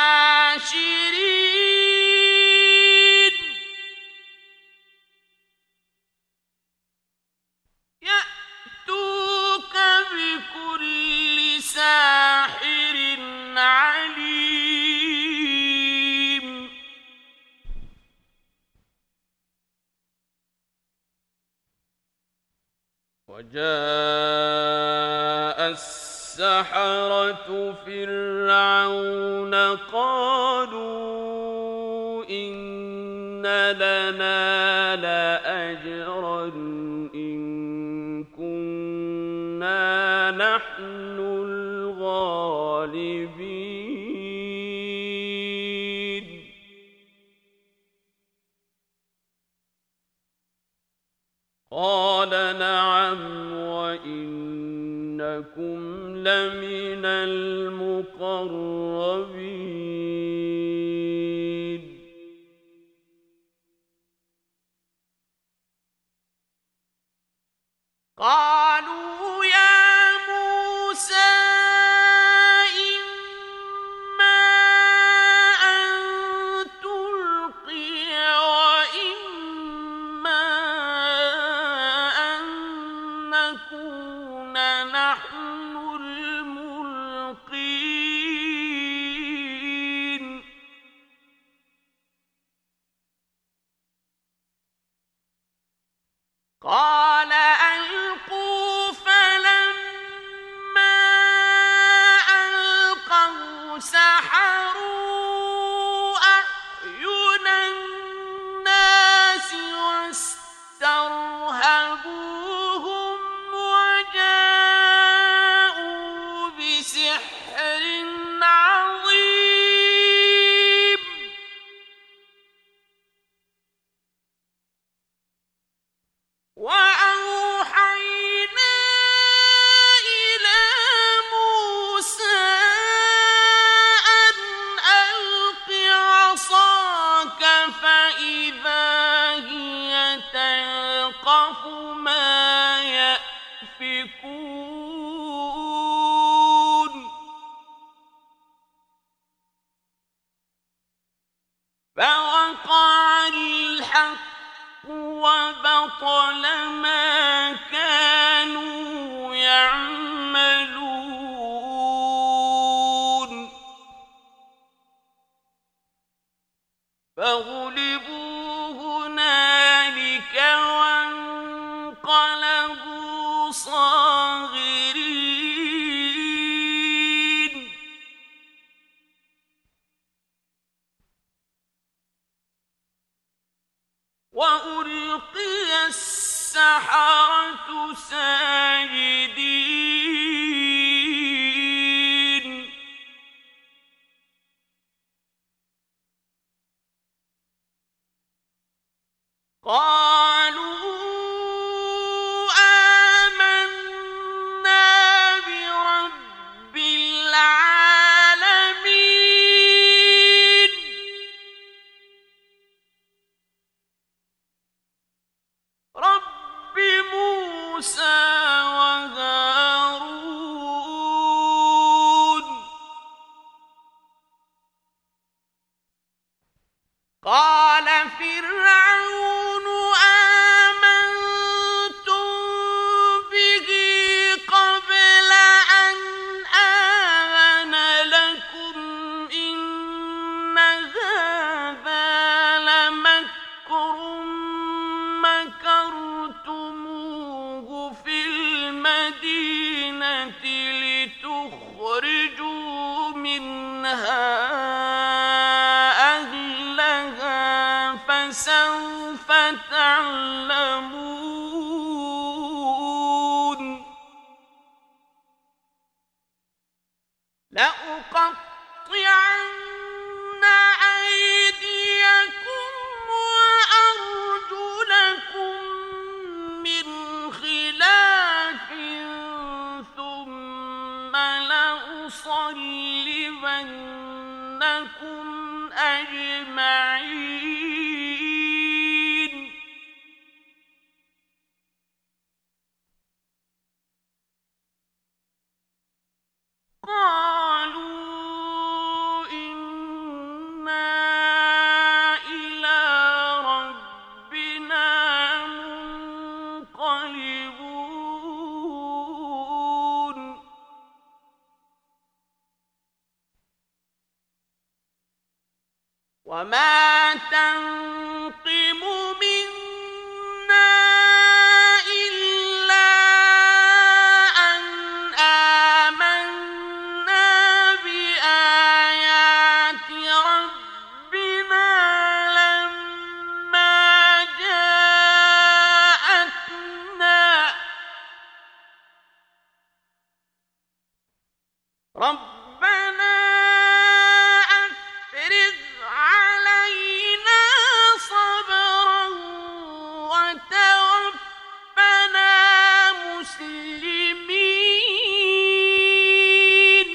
حاشرين يأتوك بكل ساحر عليم وجاء السحرة فرعون قالوا إن لنا لأجرا إن كنا نحن الغالبين قال نعم وإنكم لمن المقربين قالوا يا موسى إما أن تلقي وإما أن نكون نحن الملقين قال ألقوا فلما ألقوا سحروا أعين الناس واسترهبوهم وجاءوا بسحر عظيم وأوحينا إلى موسى أن ألق عصاك فإذا هي تلقف ما يأفكون فوقع الحق وبطل ما كانوا يعملون فغلبوا هنالك وانقلبوا صاغرين وألقي السحرة ساجدين قالوا آمنا برب العالمين رب موسى أهلها فسوف تعلمون لأقطعن أيديكم وأرجلكم من خلاف ثم لأصلبنكم أجمعين قالوا إنا إلى ربنا منقلبون وما تنقم منا إلا أن آمنا بآيات ربنا لما جاءتنا ربنا أفرغ علينا صبرا وتوفنا مسلمين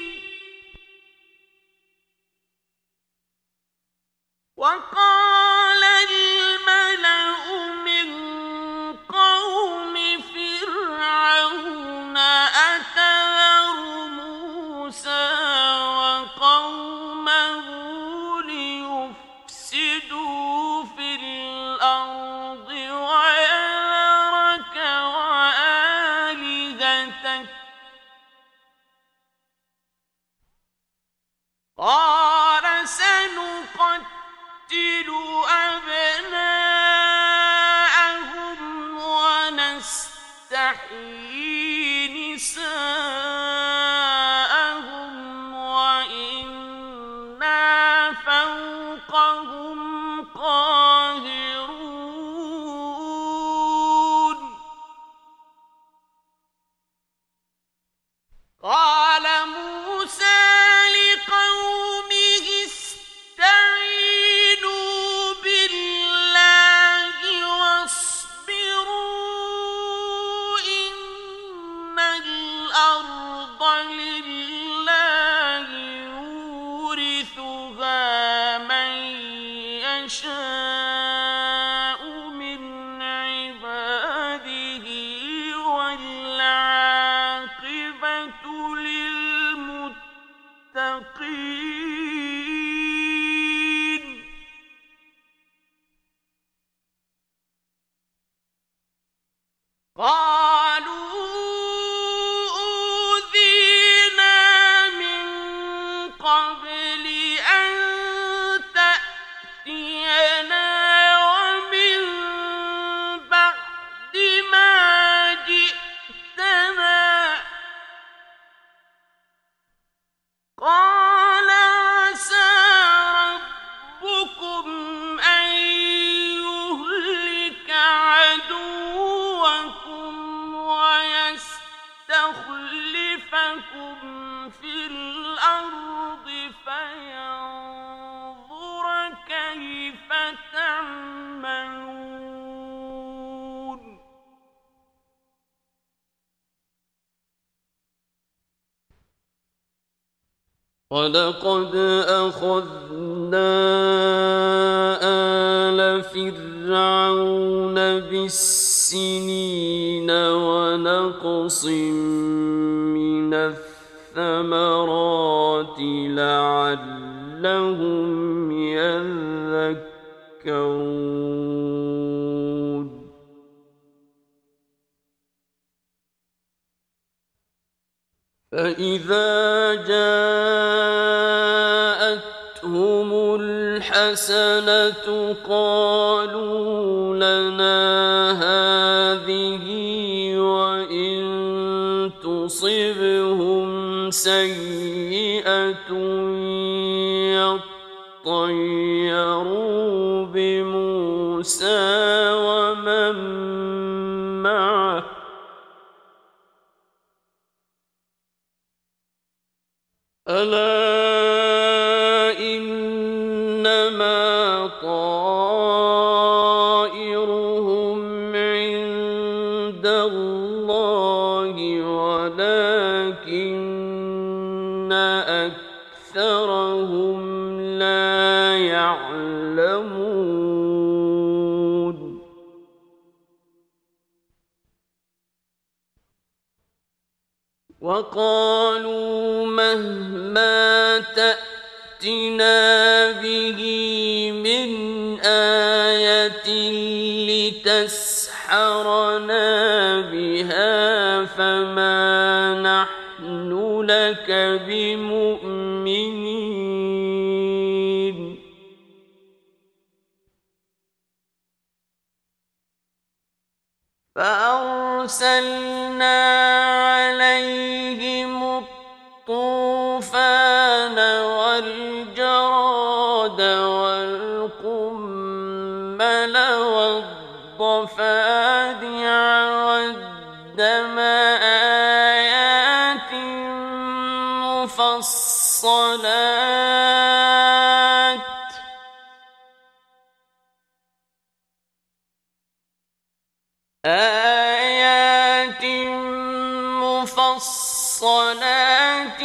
وقال الملأ من قوم فرعون أتذر موسى وقومه ليفسدوا في الأرض ويذرك وآلهتك قال سنقتل أبناءهم ونستحيي نساءهم وإنا فوقهم قاهرون قال موسى لقومه استعينوا بالله واصبروا إن الأرض لله يورثها من يشاء من عباده والعاقبة للمتقين قالوا أوذينا من قبل أن تأتينا ومن بعد ما جئتنا قال عسى ربكم أن يهلك عدوكم ويستخلفكم في الأرض فينظر كيف تعملون ولقد أخذنا آل فرعون بالسنين ونقص من الثمرات لعلهم يذكرون فإذا جاءتهم الحسنة قالوا لنا هذه وإن تصبهم سيئة طيروا بموسى ومن معه ألا إنما طائرهم عند الله ولكن أكثرهم لا يعلمون وقالوا مهما تأتنا به من آية لتسحرنا بها فما نحن لك بمؤمنين فأرسلنا عليهم الطوفان والجراد والقمل والضفادع والدم آيات مفصلات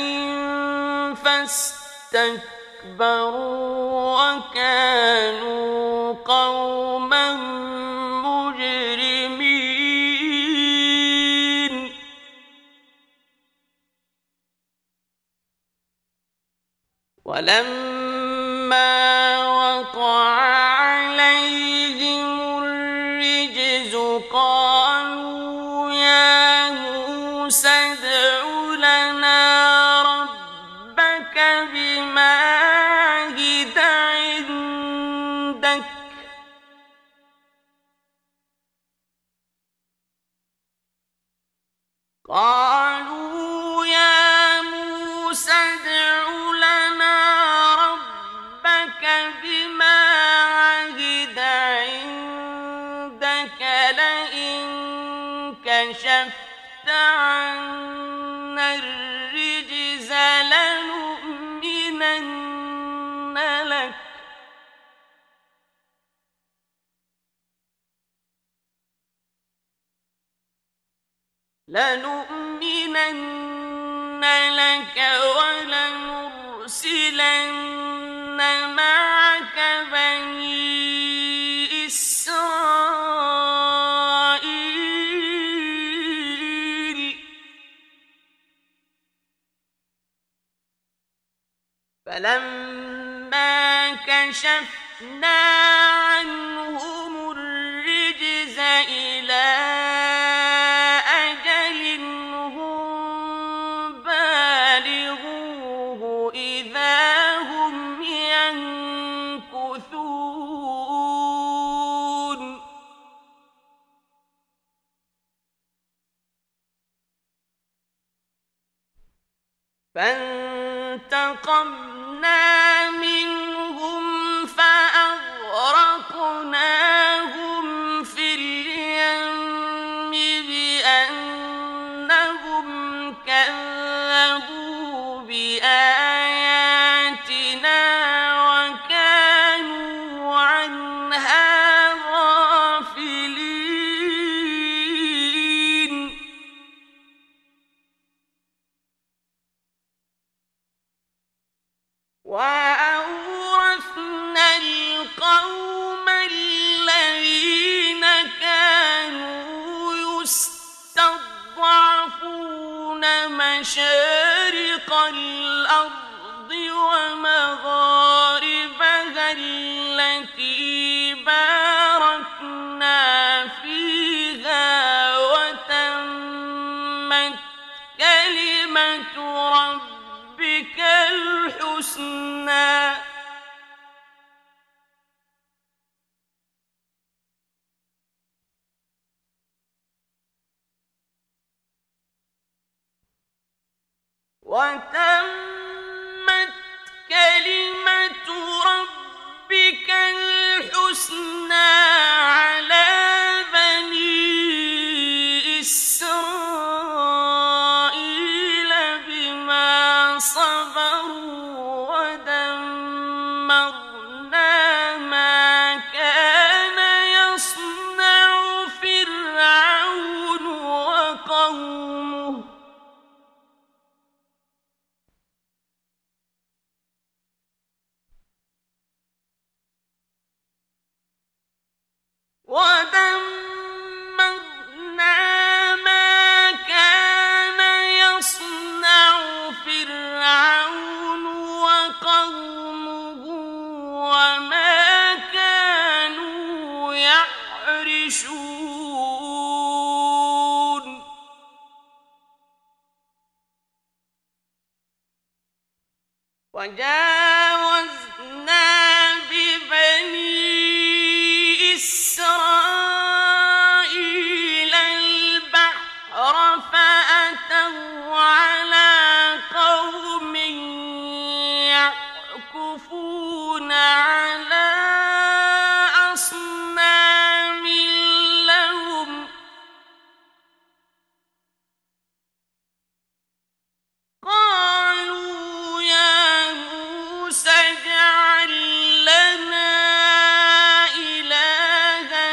فاستكبروا وكانوا قوما مجرمين ولما وقع عليهم الرجز قالوا يا موسى ادع لنا ربك بما عهد عندك قالوا يا موسى ادع لنا ربك بما عهد عندك لئن كشفت عنا الرجز لنؤمنن لك ولنرسلن معك بني إسرائيل فلما كشفنا عنهم الرجز إلى أجل هم بالغوه إذا هم ينكثون فانتقمنا منهم فأغرقناهم في اليم بأنهم كذبوا بآياتنا وكانوا عنها غافلين وأورثنا القوم الذين كانوا يستضعفون مشارق الأرض ومغاربها التي باركنا فيها وتمت كلمة ربك الحسنى وتمت كلمة ربك ما كان يصنع فرعون وقومه ودمرنا ما كان يصنع فرعون وقومه وما كانوا يعرشون وجاوزنا ببني إسرائيل البحر فأتوا على قوم يعكفون على أصنام لهم قالوا يا موسى اجعل لنا إلها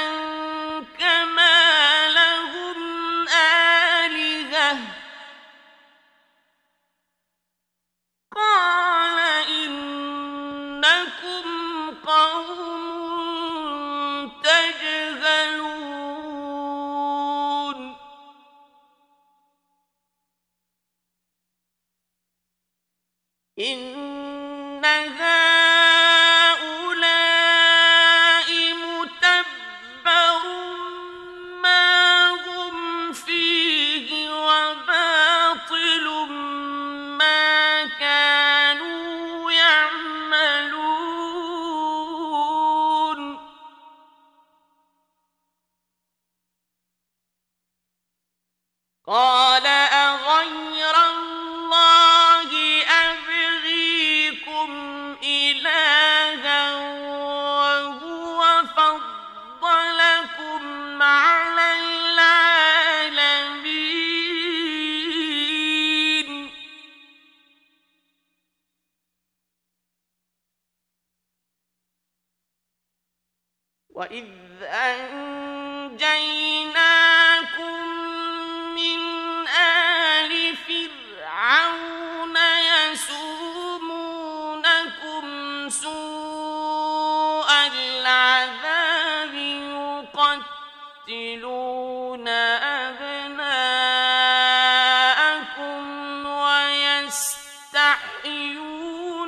كما لهم آلهة قال إنكم قوم تجهلون إن هؤلاء متبر ما هم فيه وباطل ما كانوا يعملون قال أغير الله أبغيكم إلها وهو فضلكم على العالمين وإذ أنجيناكم من آل فرعون يسومونكم سوء العذاب يقتلون أبناءكم ويستحيون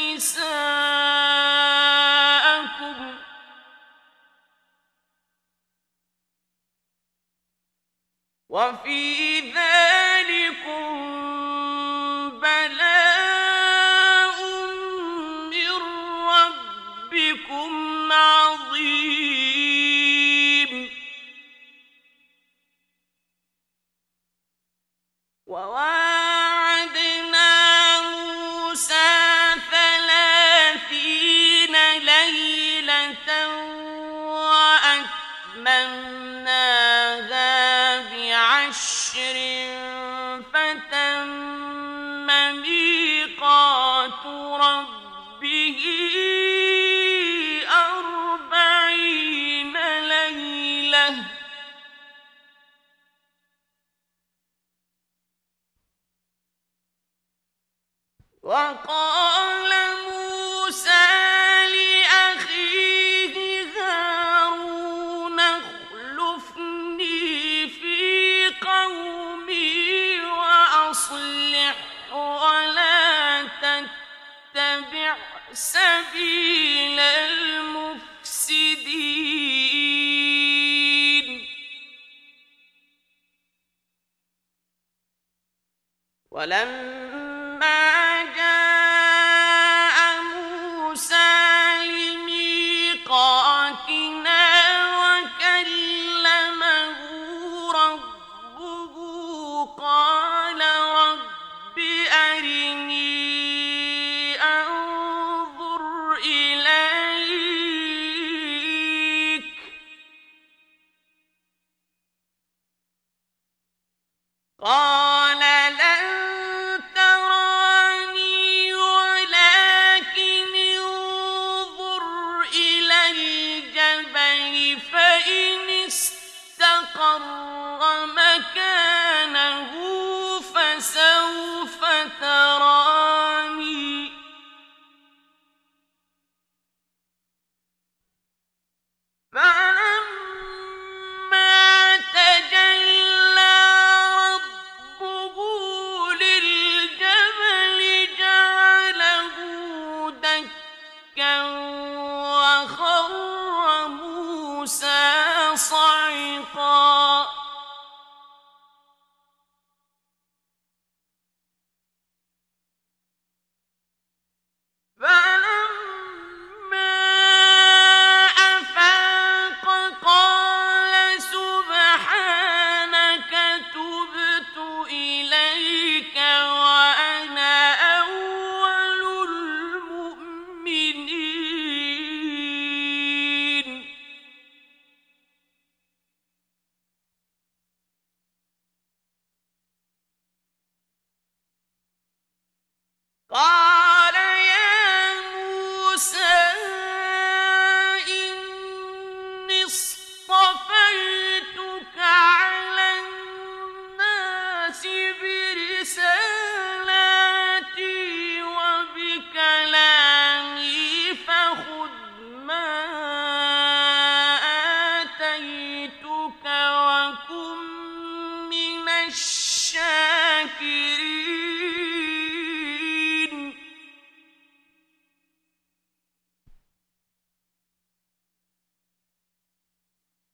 نساءكم وفي ذلكم بلاء من ربكم عظيم وواعدنا موسى 30 ليلة وأتممناها بعشر فتم ميقات ربه 40 ليلة وقال موسى لأخيه هارون اخلفني في قومي وأصلح ولا تتبع سبيل المفسدين ولما جاء موسى لميقاتنا وكلمه ربه قال رب أرني أنظر إليك قال لن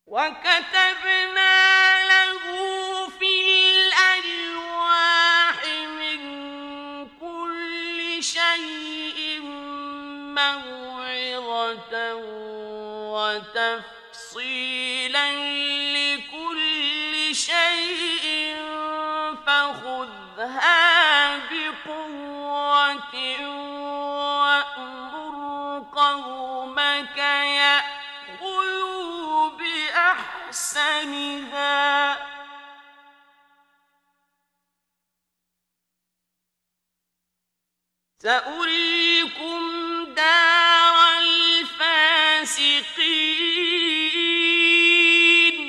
وكتبنا له في الألواح من كل شيء موعظة وتفصيلا لكل شيء فخذها بقوة وأمر قومك يأخذوا بأحسنها سأريكم دار الفاسقين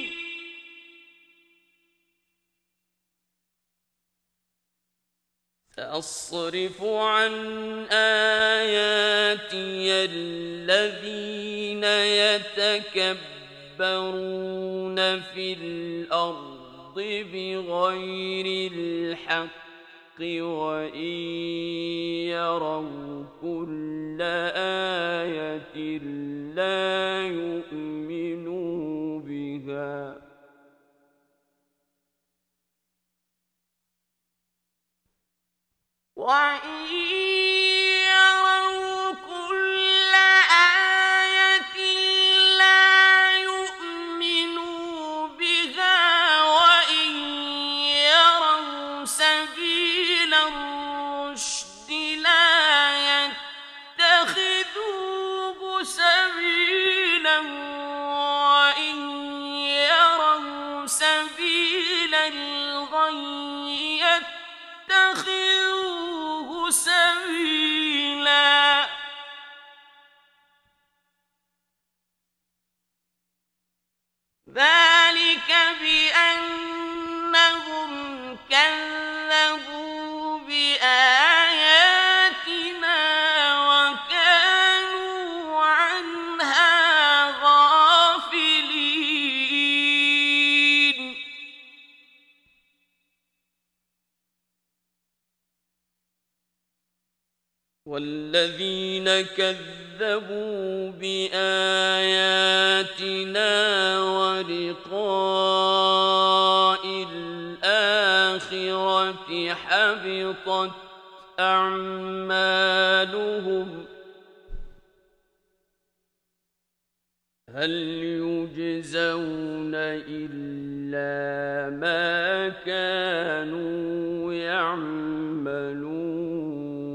سأصرف عن آياتي الذين يتكبرون في الأرض بغير الحق وإن يروا كل آية لا يؤمنوا بها وإن يروا كل آية لا يؤمنوا بها وإن يروا سبيل الرشد لا يتخذوه سبيلا وإن يروا سبيل الغي يتخذوه سبيلا ذلك بأنهم كذبوا بآياتنا وكانوا عنها غافلين والذين كذبوا بآياتنا ولقاء الآخرة حبطت أعمالهم هل يجزون إلا ما كانوا يعملون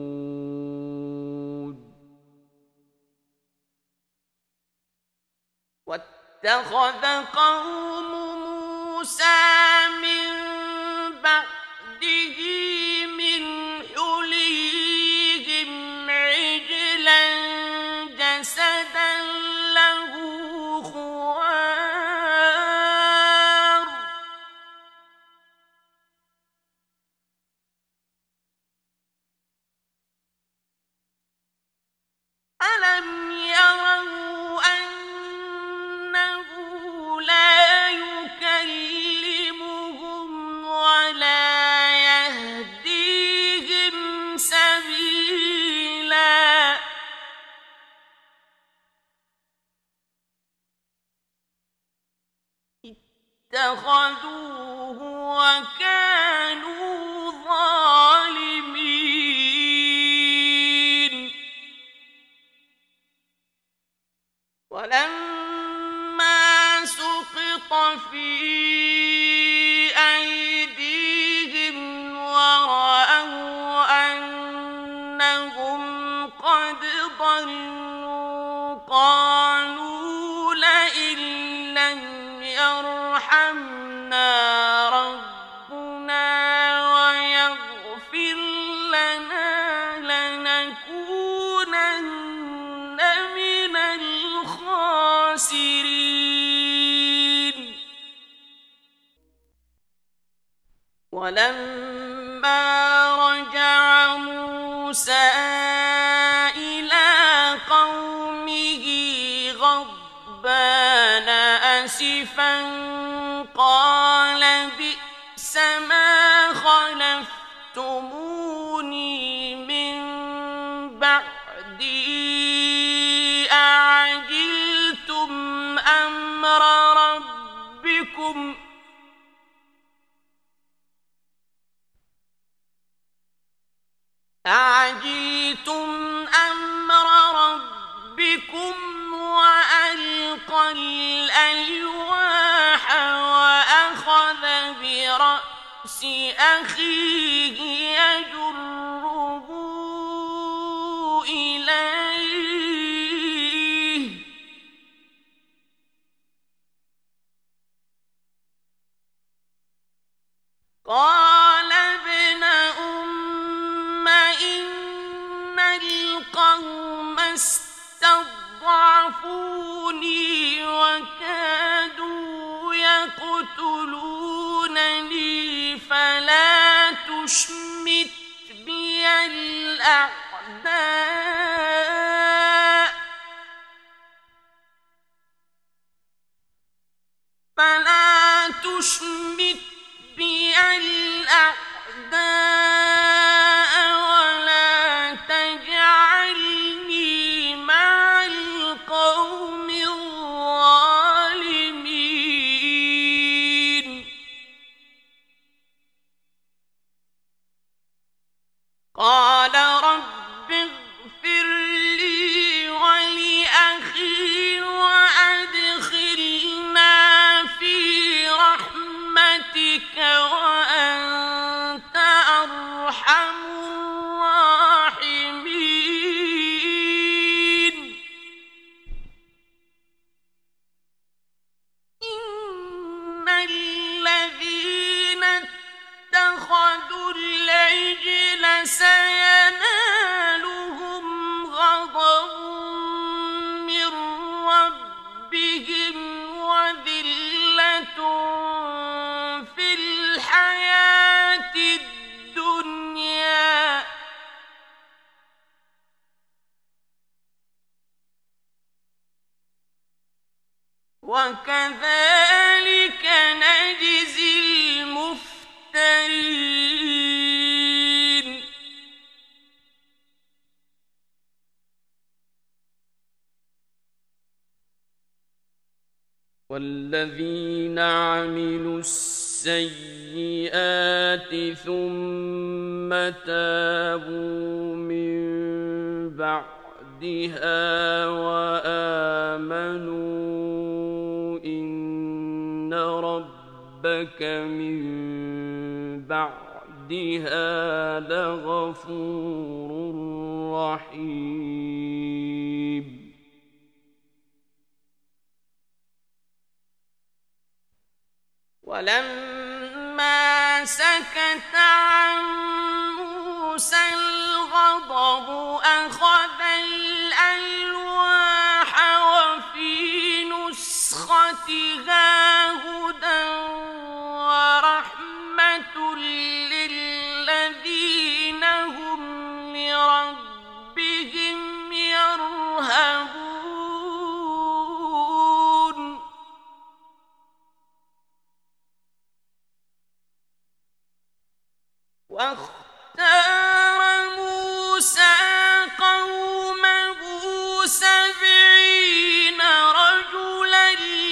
واتخذ قوم موسى من بعده من حليهم عجلا جسدا له خوار ألم يروا أنه لا يكلمهم ولا يهديهم سبيلا اتخذوه وكانوا ظالمين ولما سقط في أيديهم ورأوا أنهم قد ضلوا قالوا لئن لم يرحمنا ربنا ويغفر لنا لنكونن من الخاسرين ولما رجع موسى إلى قومه غضبان آسفا قال بئس ما خلفتموني من بعدي أعجلتم أمر ربكم أخيه يجره إليه قال ابن أم إن القوم استضعفوني وكادوا يقتلونني فلا تشمت بي الأعداء فلا تشمت بي الأعداء ولا تجعلني مع القوم الظالمين قال رب اغفر لي ولأخي وأدخلنا في رحمتك وأنت أرحم الراحمين إن الذين اتخذوا العجل سينالهم غضب من ربهم وذلة في الحياة الدنيا وكذلك نجزي المفترين والذين عملوا السيئات ثم تابوا من بعدها وآمنوا إن ربك من بعدها لغفور رحيم ولما سكت عن موسى الغضب أخذ الألواح وفي نسختها هدى ورحمة للذين هم لربهم يرهبون واختار موسى قومه 70 رجلا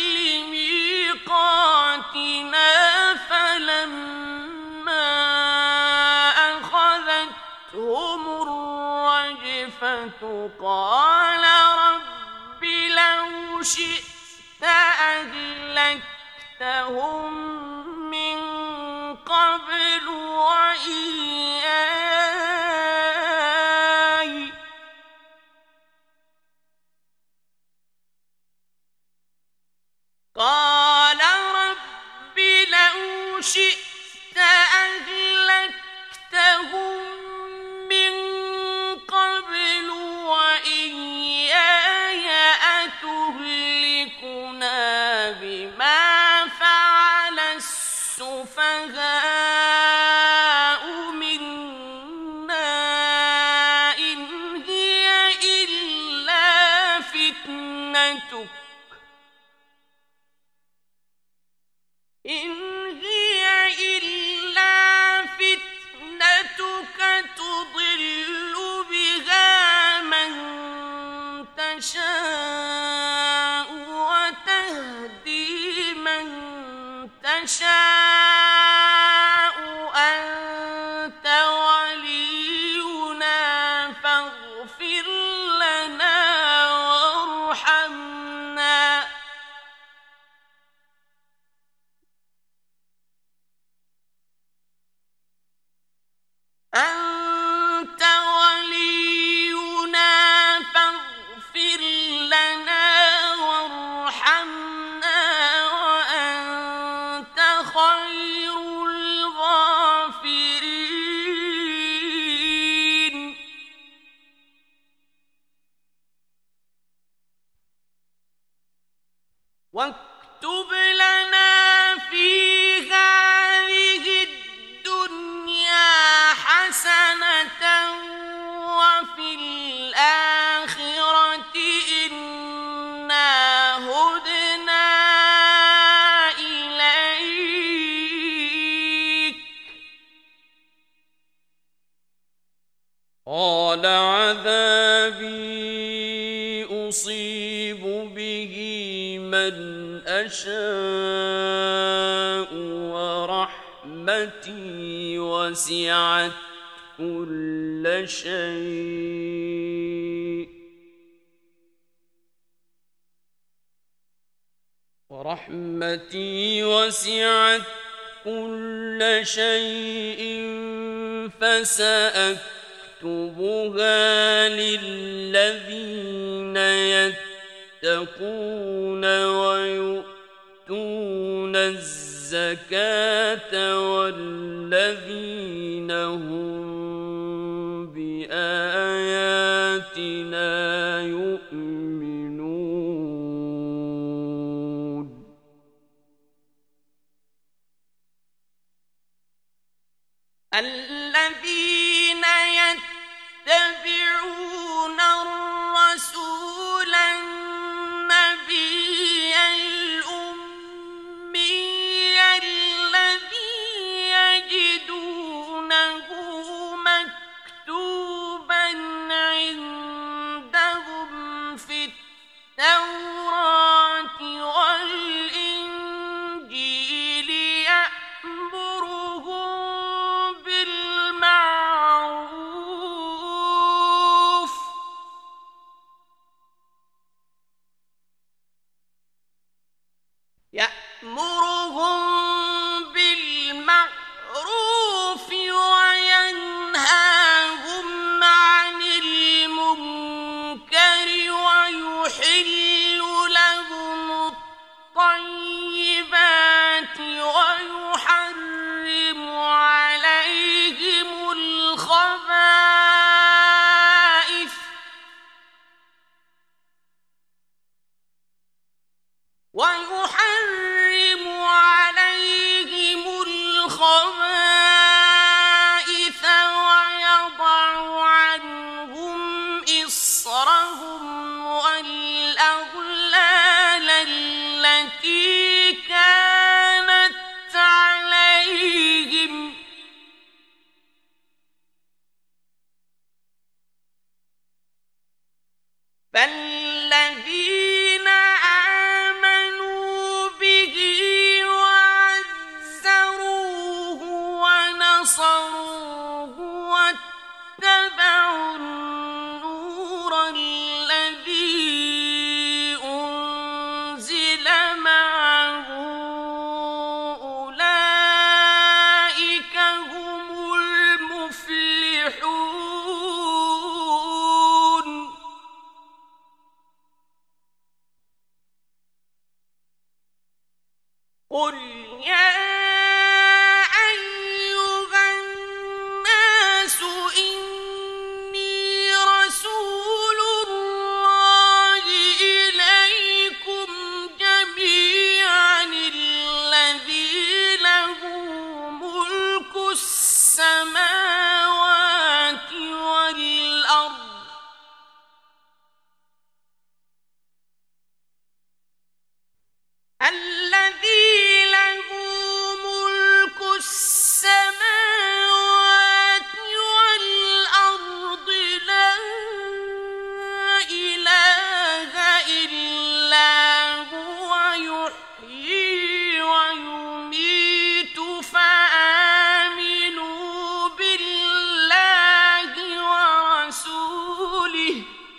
لميقاتنا فلما أخذتهم الرجفة قال رب لو شئت أهلكتهم من قبل وإياي قال رب لو شئت أهلكتهم من قبل وإياي أتهلكنا بما فعل السفهاء منا إن هي إلا فتنتك تضل بها من تشاء وتهدي من تشاء أنت ولينا فاغفر لنا وارحمنا واكتب لنا في هذه الدنيا حسنة وفي الآخرة إنا هدنا إليك.
قال عذابي أصيب به من أشاء ورحمتي وسعت كل شيء فسأكتبها للذين يتقون ويؤتون الزكاة والذين هم بآياتنا يؤمنون.
الذين يتبعون الرسول النبي الأمي الذي يجدونه مكتوبا عندهم في التوراة والإنجيل يأمرهم بالمعروف وينهاهم عن المنكر ويحل لهم الطيبات ويحرم عليهم الخبائث ويضع عنهم إصرهم والأغلال التي كانت عليهم. فالذين آمنوا به وعزروه ونصروه واتبعوا النور الذي أنزل معه أولئك هم المفلحون. قل يا أيها الناس إني رسول الله إليكم جميعا الذي له ملك السماوات والأرض الذي له ملك السماوات والأرض لا إله إلا هو يحيي ويميت فآمنوا بالله ورسوله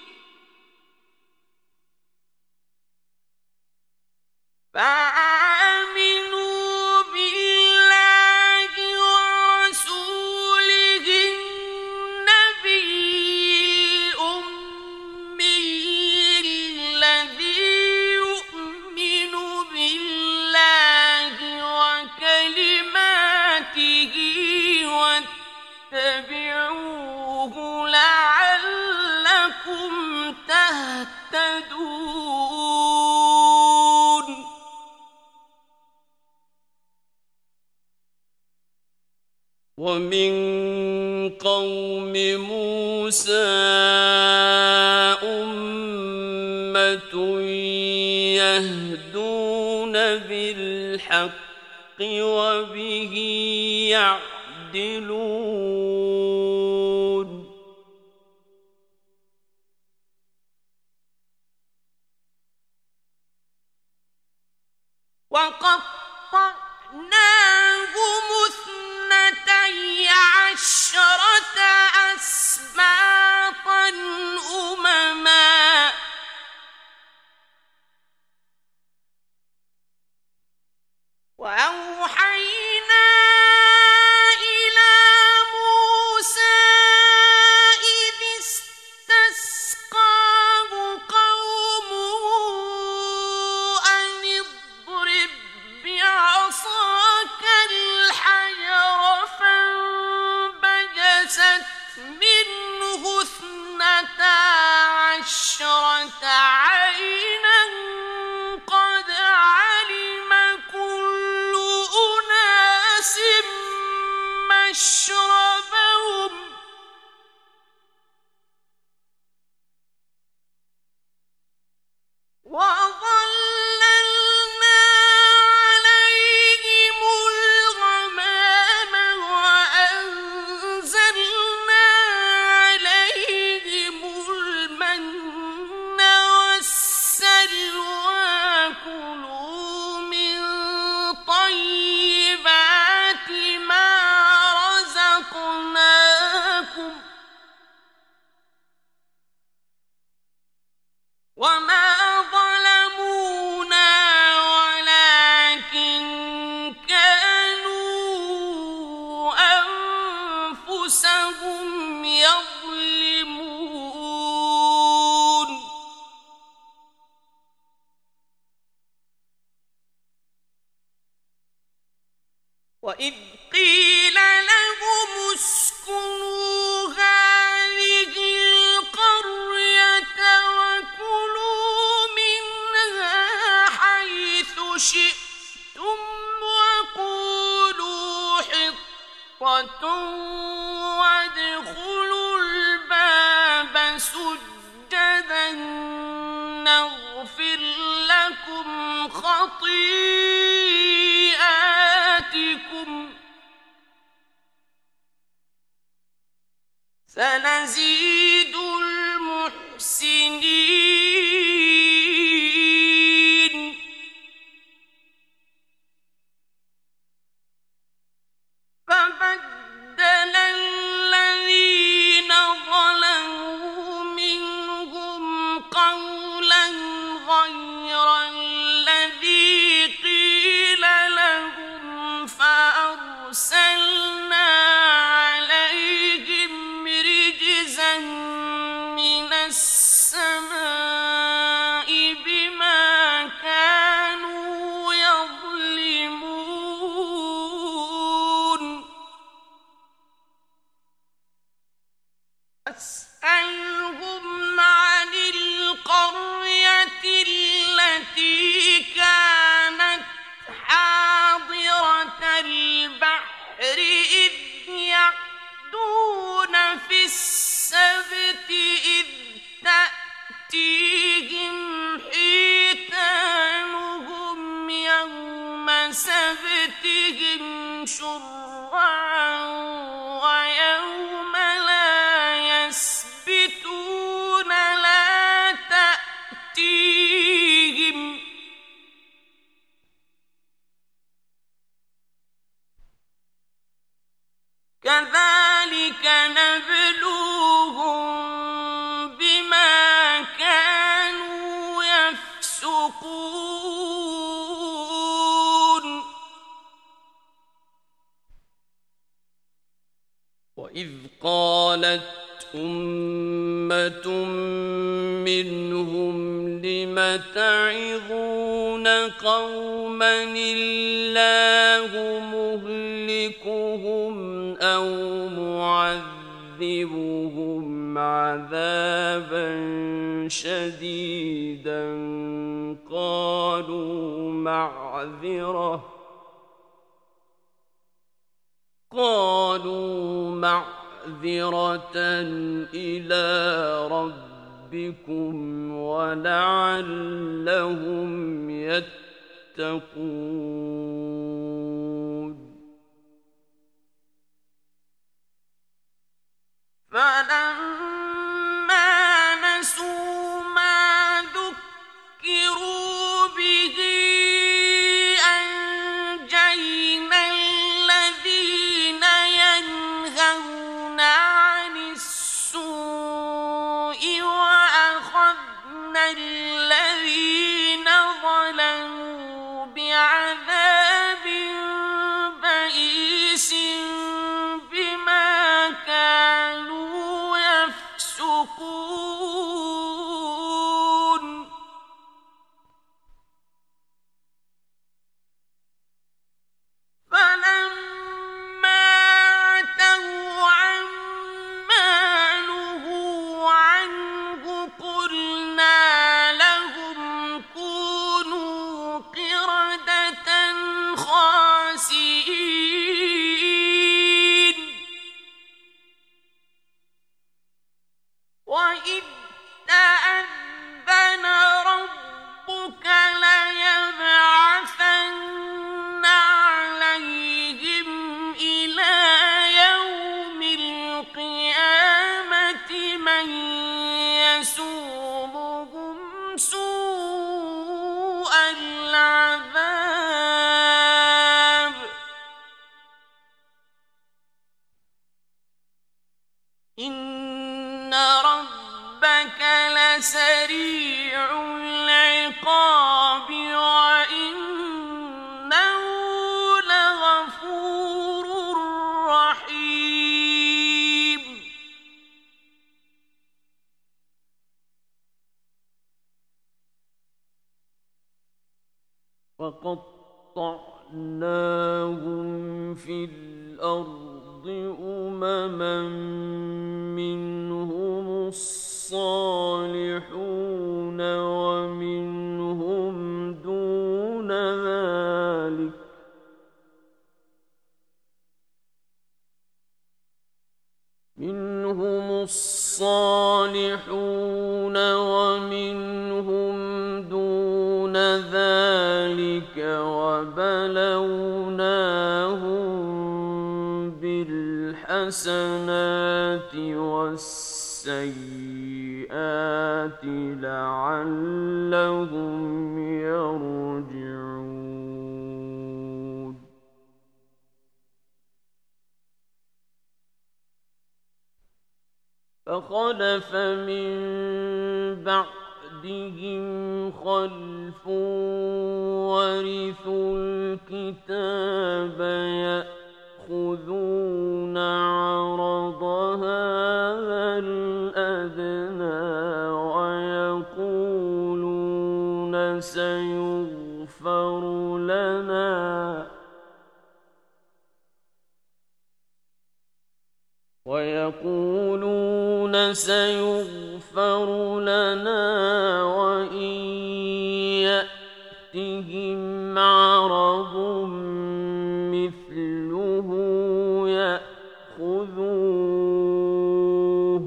النبي الأمي الذي يؤمن بالله وكلماته واتبعوه لعلكم تهتدون.
ومن قوم موسى أمة يهدون بالحق وبه يعدلون
وقطعناهم 12 أسباطا أمما وأوحينا إلى موسى إذ استسقاه قومه أن اضرب بعصاك الحجر فانبجست منه 12 عينا قد علم كل أناس مشربهم وظللنا عليهم الغمام وأنزلنا عليهم المن والسلوى كلوا من طيبات ما رزقناكم وما ظلمونا ولكن كانوا أنفسهم يظلمون وإذ قيل لهم اسكنوا هذه القرية وكلوا منها حيث شئتم وقولوا حطة وادخلوا الباب سجدا نغفر لكم خطيئاتكم سنزيد المحسنين فبدل الذين ظلموا منهم قولا غير الذي قيل لهم فأرسلنا عليهم رجزا من السماء بما كانوا يظلمون فاسألهم عن القرية التي كانت حاضرة البحر إذ يعدون في السبت إذ تأتيهم حيتانهم يوم سبتهم شرعا ويوم لا يسبتون لا تأتيهم كذلك نبلوهم بما كانوا يفسقون
وإذ قالت أمة منهم لم تعظون قوما الله مهلكهم أو معذبهم عذابا شديدا قالوا قالوا معذرة إلى ربكم ولعلهم يتقون
فلما نسوا ما ذكروا به أنجينا الذين ينهون عن السوء وأخذنا الذين ظلموا بعذاب بئيس بما كانوا يفسقون فلما عتوا عما نهوا عنه قلنا لهم كونوا قردة خاسئين وإذ تأذن ربك ليبعثن عليهم إلى يوم القيامة من يسومهم سوء العذاب إن ربك لسريع العقاب وإنه لغفور رحيم
وقطعناهم في الأرض أمما منهم الصالحون ومنهم دون ذلك وبلوناهم بالحسنات والسيئات لعلهم يرجعون فخلف من بعدهم خلف ورثوا الكتاب يأخذون عرض هذا الأدنى ويقولون سيغفر لنا وإن يأتهم عرض مثله يأخذوه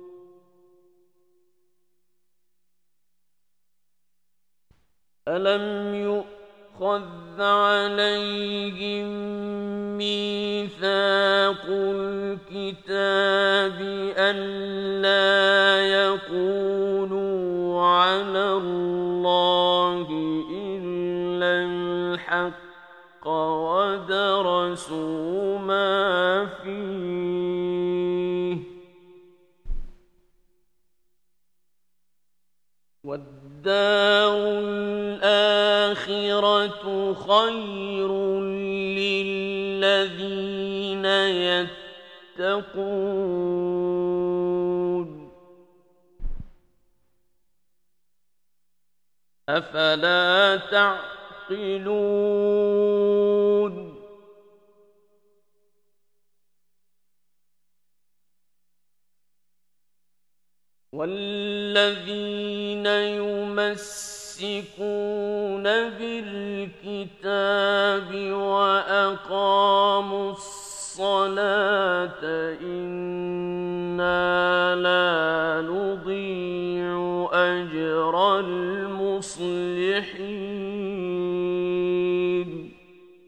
ألم يؤخذ عليهم ميثاق الكتاب ألا يقولوا على الله إلا الحق ودرسوا ما فيه والدار الآخرة خير للذين يتقون أفلا تعقلون والذين يمسكون بالكتاب وأقاموا الصلاة الصلاة إنا لا نضيع أجر المصلحين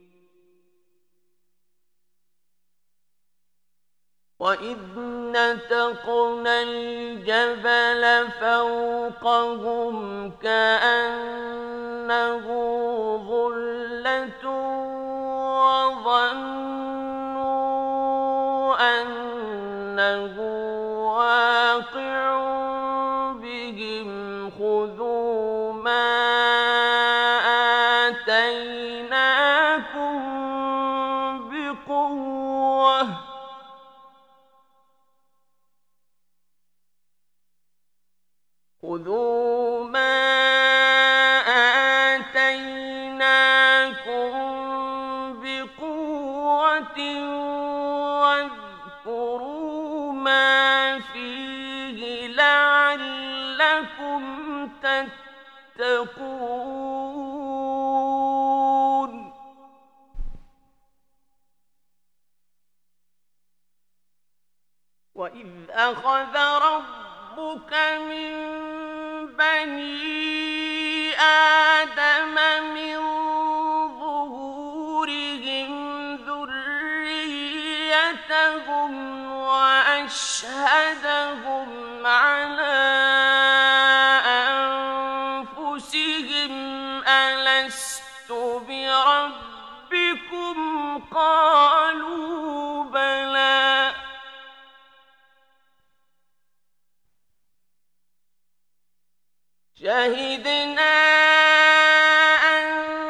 وإذ نتقنا الجبل فوقهم كأنه ظلة وظنوا أنه واقع بهم خذوا ما آتيناكم بقوة خذوا ما آتيناكم بقوة واذكروا ما فيه لعلكم تتقون وإذ أخذ ربك من بني آدم من ظهورهم ذريتهم وأشهدهم على أنفسهم ألست بربكم قالوا بلى شهدنا أن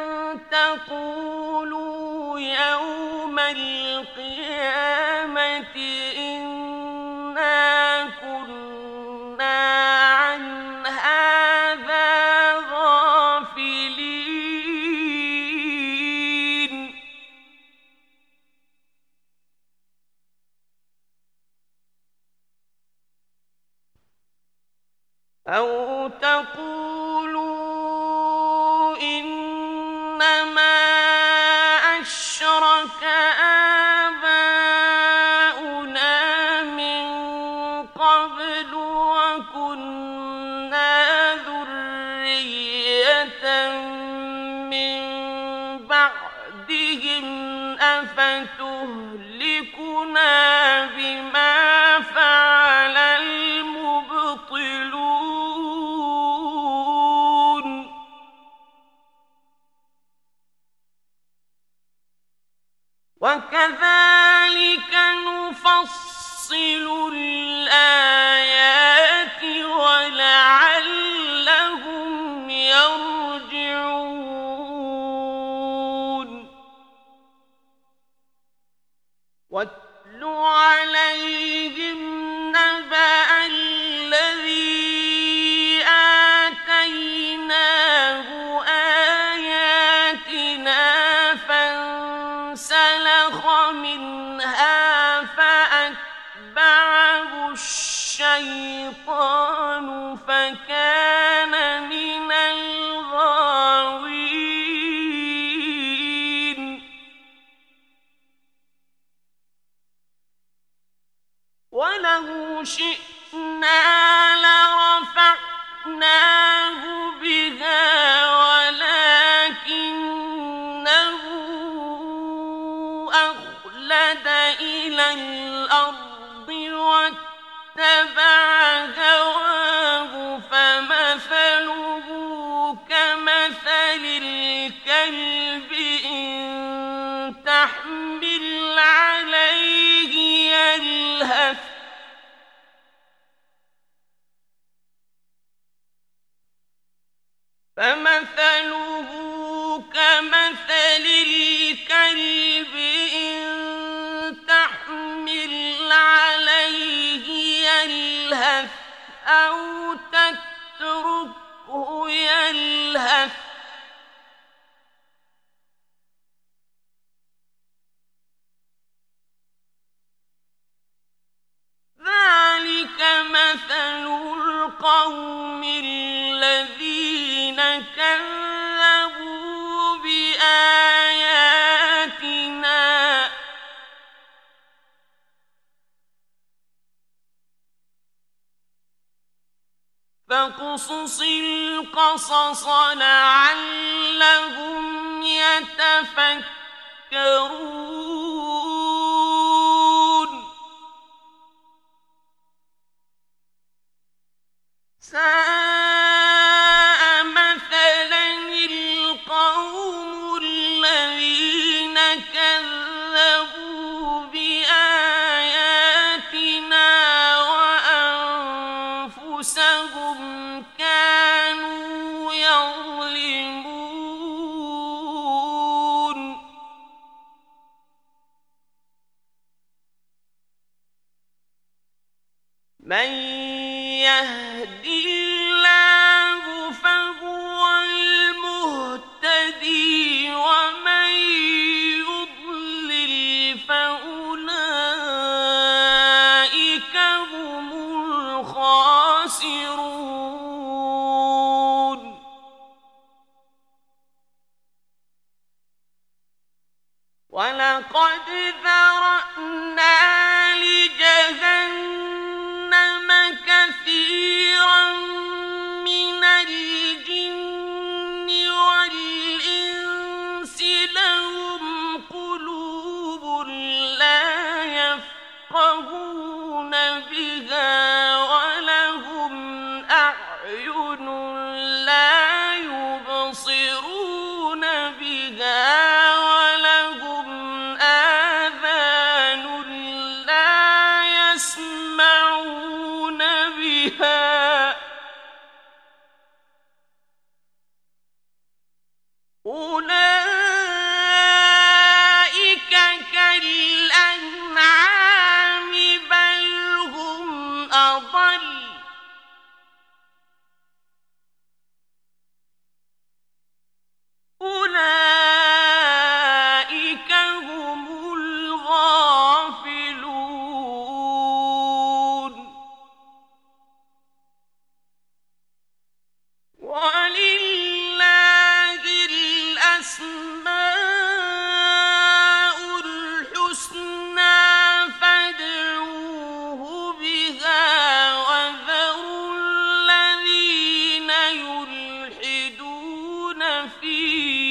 تقولوا يوم القيامة إنا كنا عن هذا غافلين أو تقولوا إنما أشرك آباؤنا من قبل وكنا ذرية من بعدهم أفتهلكنا بما فعل المبطلون وكذلك نفصل الآيات ولعلهم يرجعون واتل عليهم نبأ الذي آتيناه آياتنا فانسلخ منها فأتبعه الشيطان فكان من الغاوين ولو شئنا لرفعناه بها ولكنه أخلد إلى الأرض واتبع هواه فمثله كمثل الكلب إن تحمل عليه يلهث فمثله كمثل الكلب إن تحمل عليه يلهث أو تتركه يلهث ذلك مثل القوم الذين كذبوا بآياتنا
فاقصص القصص لعلهم يتفكرون ساء مثلا القوم الذين كذبوا بآياتنا وأنفسهم كانوا يظلمون من يهدي الله فهو المهتدي ومن يضلل فأولئك هم الخاسرون ولقد ذرأنا لجهنم كثيرا من الجن والإنس لهم قلوب لا يفقهون بها ولهم أعين لا يبصرون بها ولهم آذان لا يسمعون بها أولئك كالأنعام بل هم أضل أولئك هم الغافلون ولله الأسماء الحسنى فادعوه بها وذروا الذين يلحدون في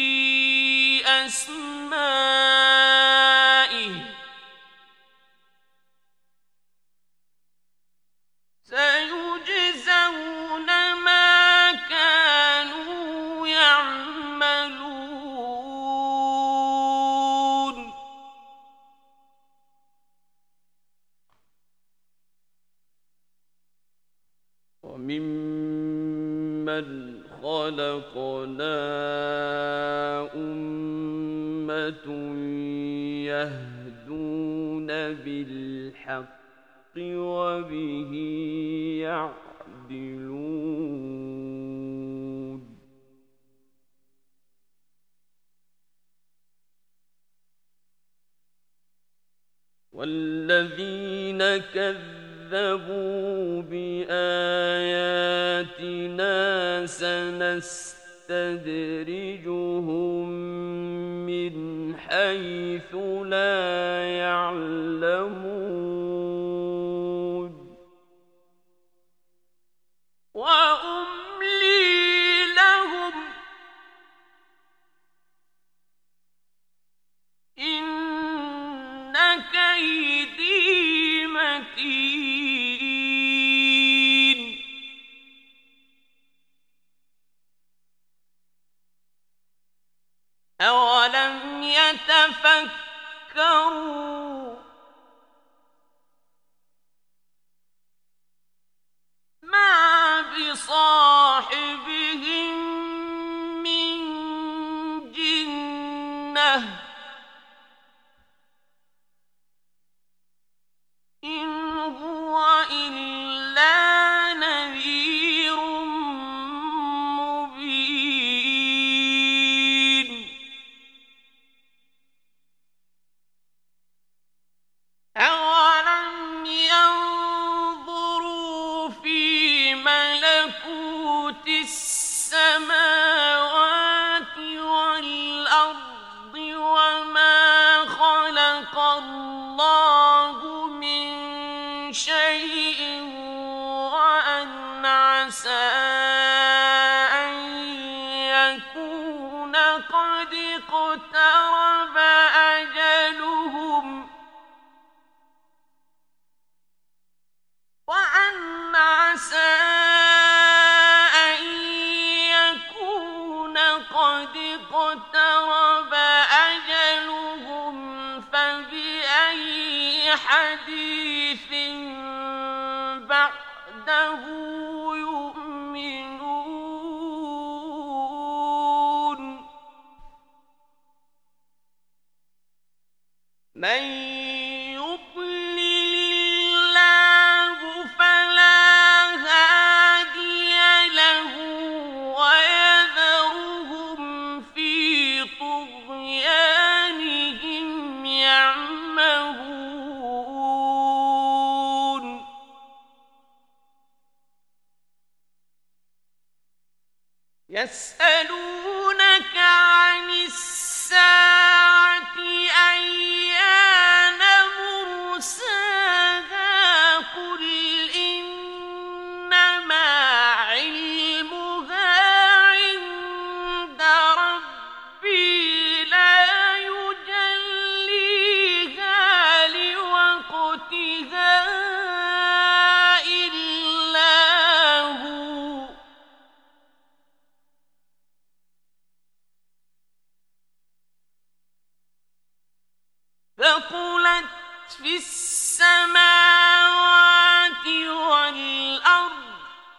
أسمائه سيجزون ما كانوا يعملون وممن خلقنا أمة يهدون بالحق وبه يعدلون والذين كذبوا بآياتنا سنستدرجهم من حيث لا يعلمون وأملي لهم إن كيدي متين أولم يتفكروا ما بصاحبهم من جنة إن هو إلا نذير مبين أولم ينظروا في ملكوت السماوات والأرض وما خلق الله من شيء وأن عسى حديث بعده يؤمنون من يضلل الله فلا هادي له ويذرهم في طغيانهم يعمهون يسألونك عن الساعة أيان مرساها قل إنما علمها عند ربي لا يجليها لوقتها إلا هو ثقلت في السماوات والأرض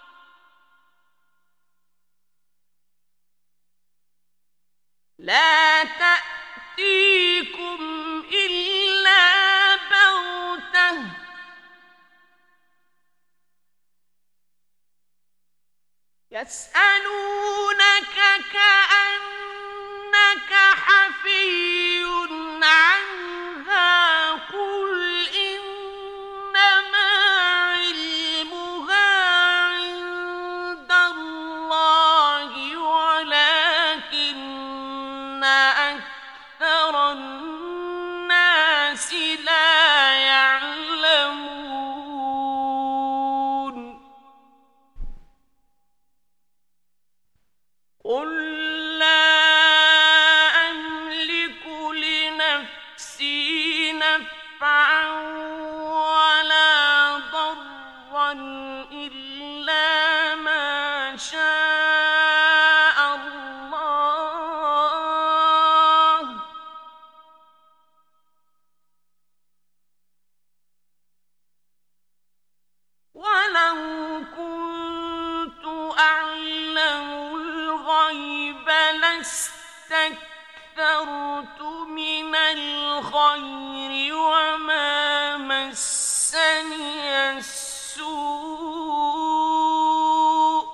لا تأتيكم إلا بغتة يسألونك كأنك حفي عنها قل إنما علمها عند الله ولكن أكثر الناس لا يعلمون قل لا أملك لنفسي نفعا ولا ضرا إلا ما شاء الله ولو كنت أعلم الغيب لاستكثرت من الخير وما مسني السوء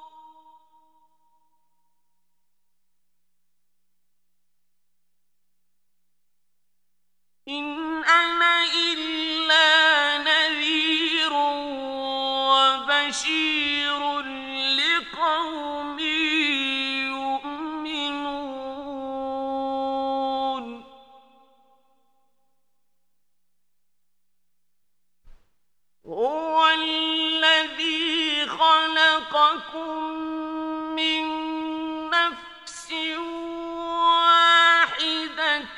إن أنا إلا نذير وبشير لقوم يؤمنون هو الذي خلقكم من نفس واحدة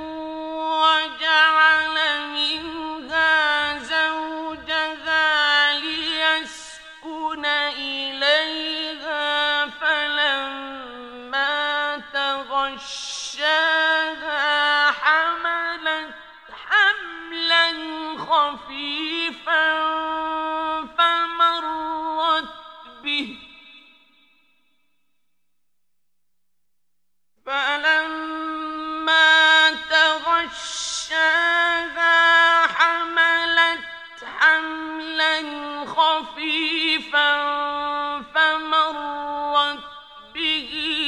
وجعل منها زوجها ليسكن إليها فلما تغشاها حملت حملا خفيفا فمرت به فلما تغشاها حملت حملا خفيفا فمرت به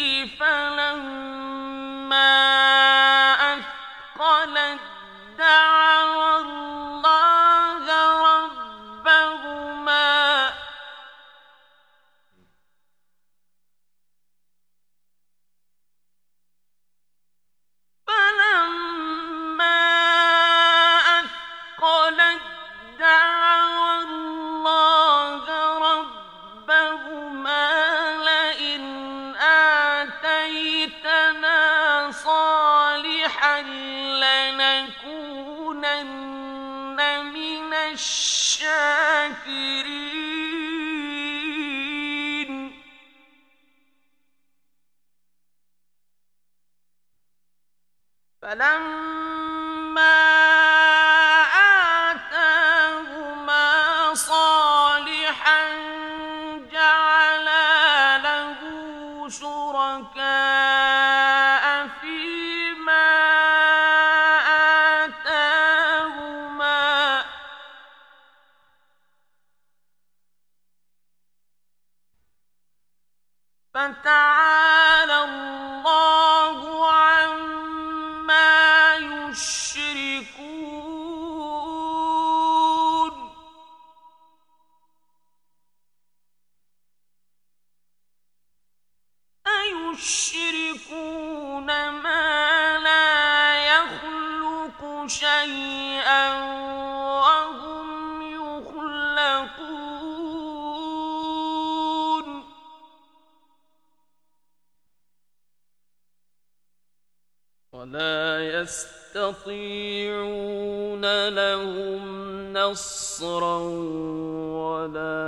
فلما أثقلت دعوا الله ربهما فلما أثقلت دعوا الله ربهما لئن آتيتنا صالحا لنكونن من الشاكرين فلما فتعالى الله عما يشركون أيشركون ما لا يخلق شيئا وهم يخلقون ولا يستطيعون لهم نصرا ولا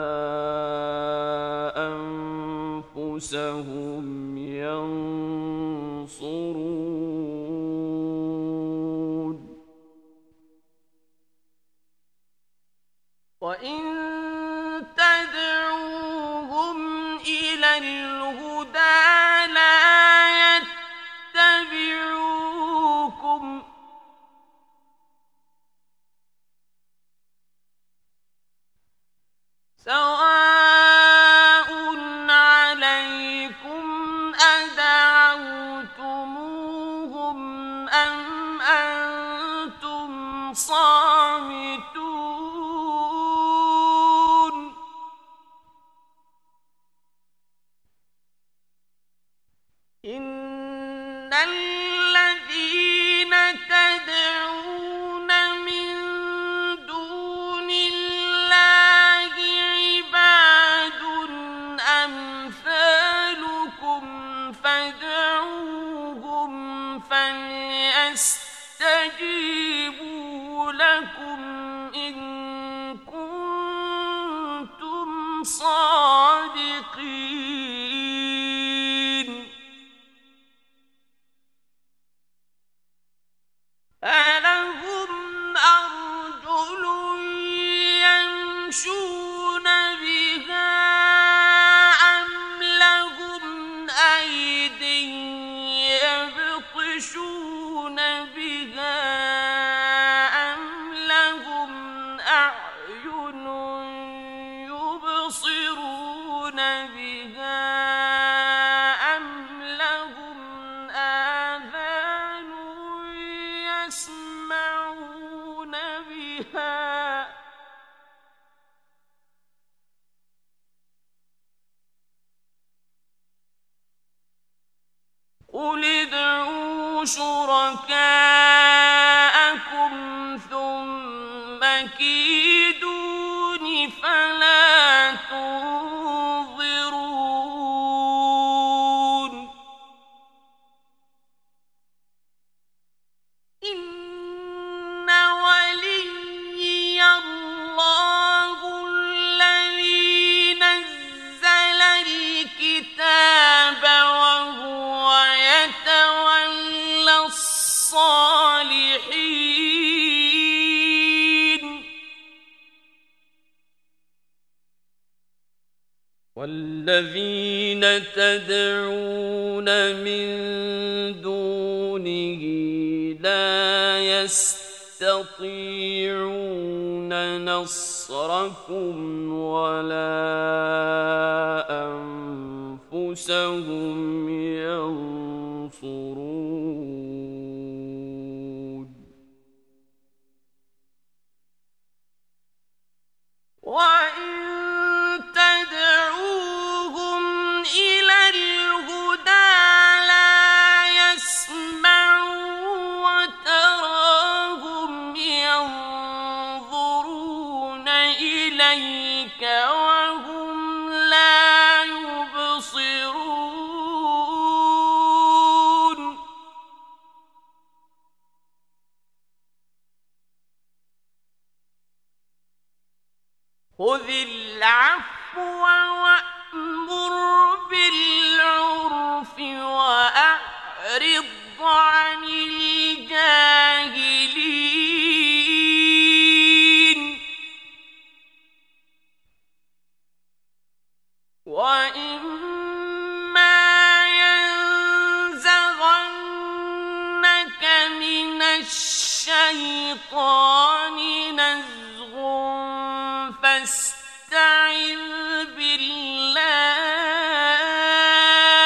أنفسهم ينصرون وإن تدعوهم إلى الهدى لا يتبعوكم سواء عليكم أدعوتموهم أم أنتم صامتون إن الذين تدعون من دون الله عباد أمثالكم فادعوهم فليستجيبوا لكم إن كنتم صادقين ألهم أرجل يمشون بها أم لهم أيد يبطشون بها أم لهم أعين يبصرون بها أم لهم آذان يسمعون بها قل ادعوا شركاءكم ثم كيدون فلا تنظرون إن وليي الله الذي نزل الكتاب وهو يتولى الصالحين والذين تدعون من دونه لا يستطيعون نصركم ولا أنفسهم ينصرون وإن تدعوهم إلى الهدى لا يسمعوا وتراهم ينظرون إليك وهم لا يبصرون خذ العفو وأمر بالعرف وأعرض عن الجاهلين وإما ينزغنك من الشيطان نزغ فاستعذ بالله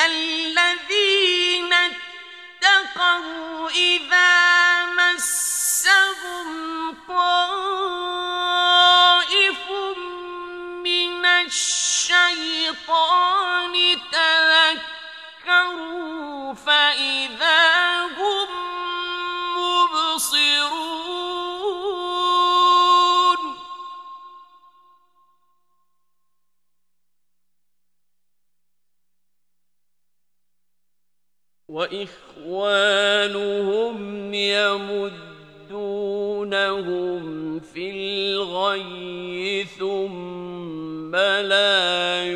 الذين اتقوا إذا مسهم طائف من الشيطان تذكروا فإذا هم مبصرون وإخوانهم يمدونهم في الغي ثم لا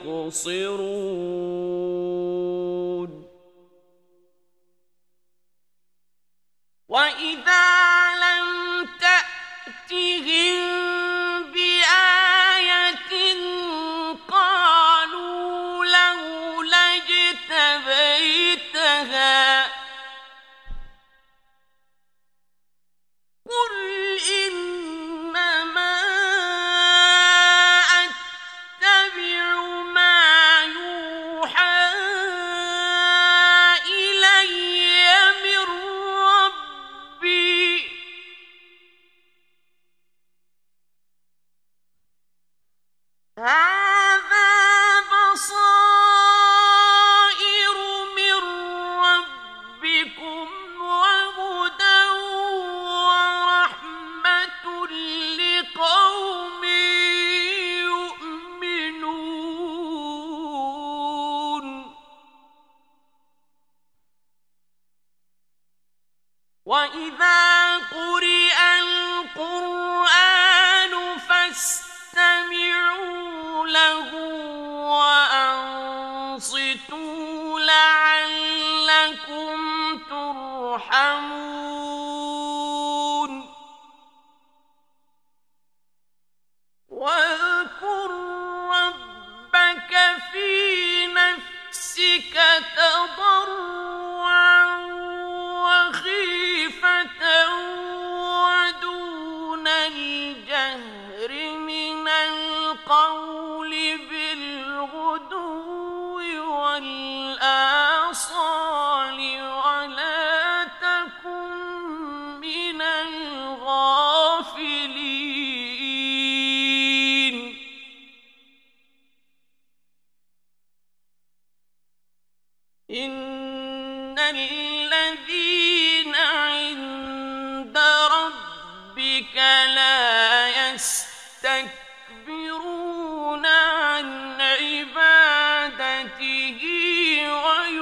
يقصرون وإذا لم تأتهم بآية قالوا لولا اجتبيتها قل إنما أتبع ما يوحى إلي من ربي هذا بصائر من ربكم وهدى ورحمة لقوم يؤمنون وإذا قرئ القرآن فاستمعوا له وأنصتوا لعلكم ترحمون واذكر ربك في نفسك تضرعا وخيفة ودون الجهر من القول بالغدو والآصال ولا تكن من الغافلين إن الذين عند ربك لا يستكبرون عن عبادته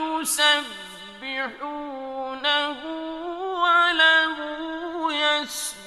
ويسبحونه وله يسجدون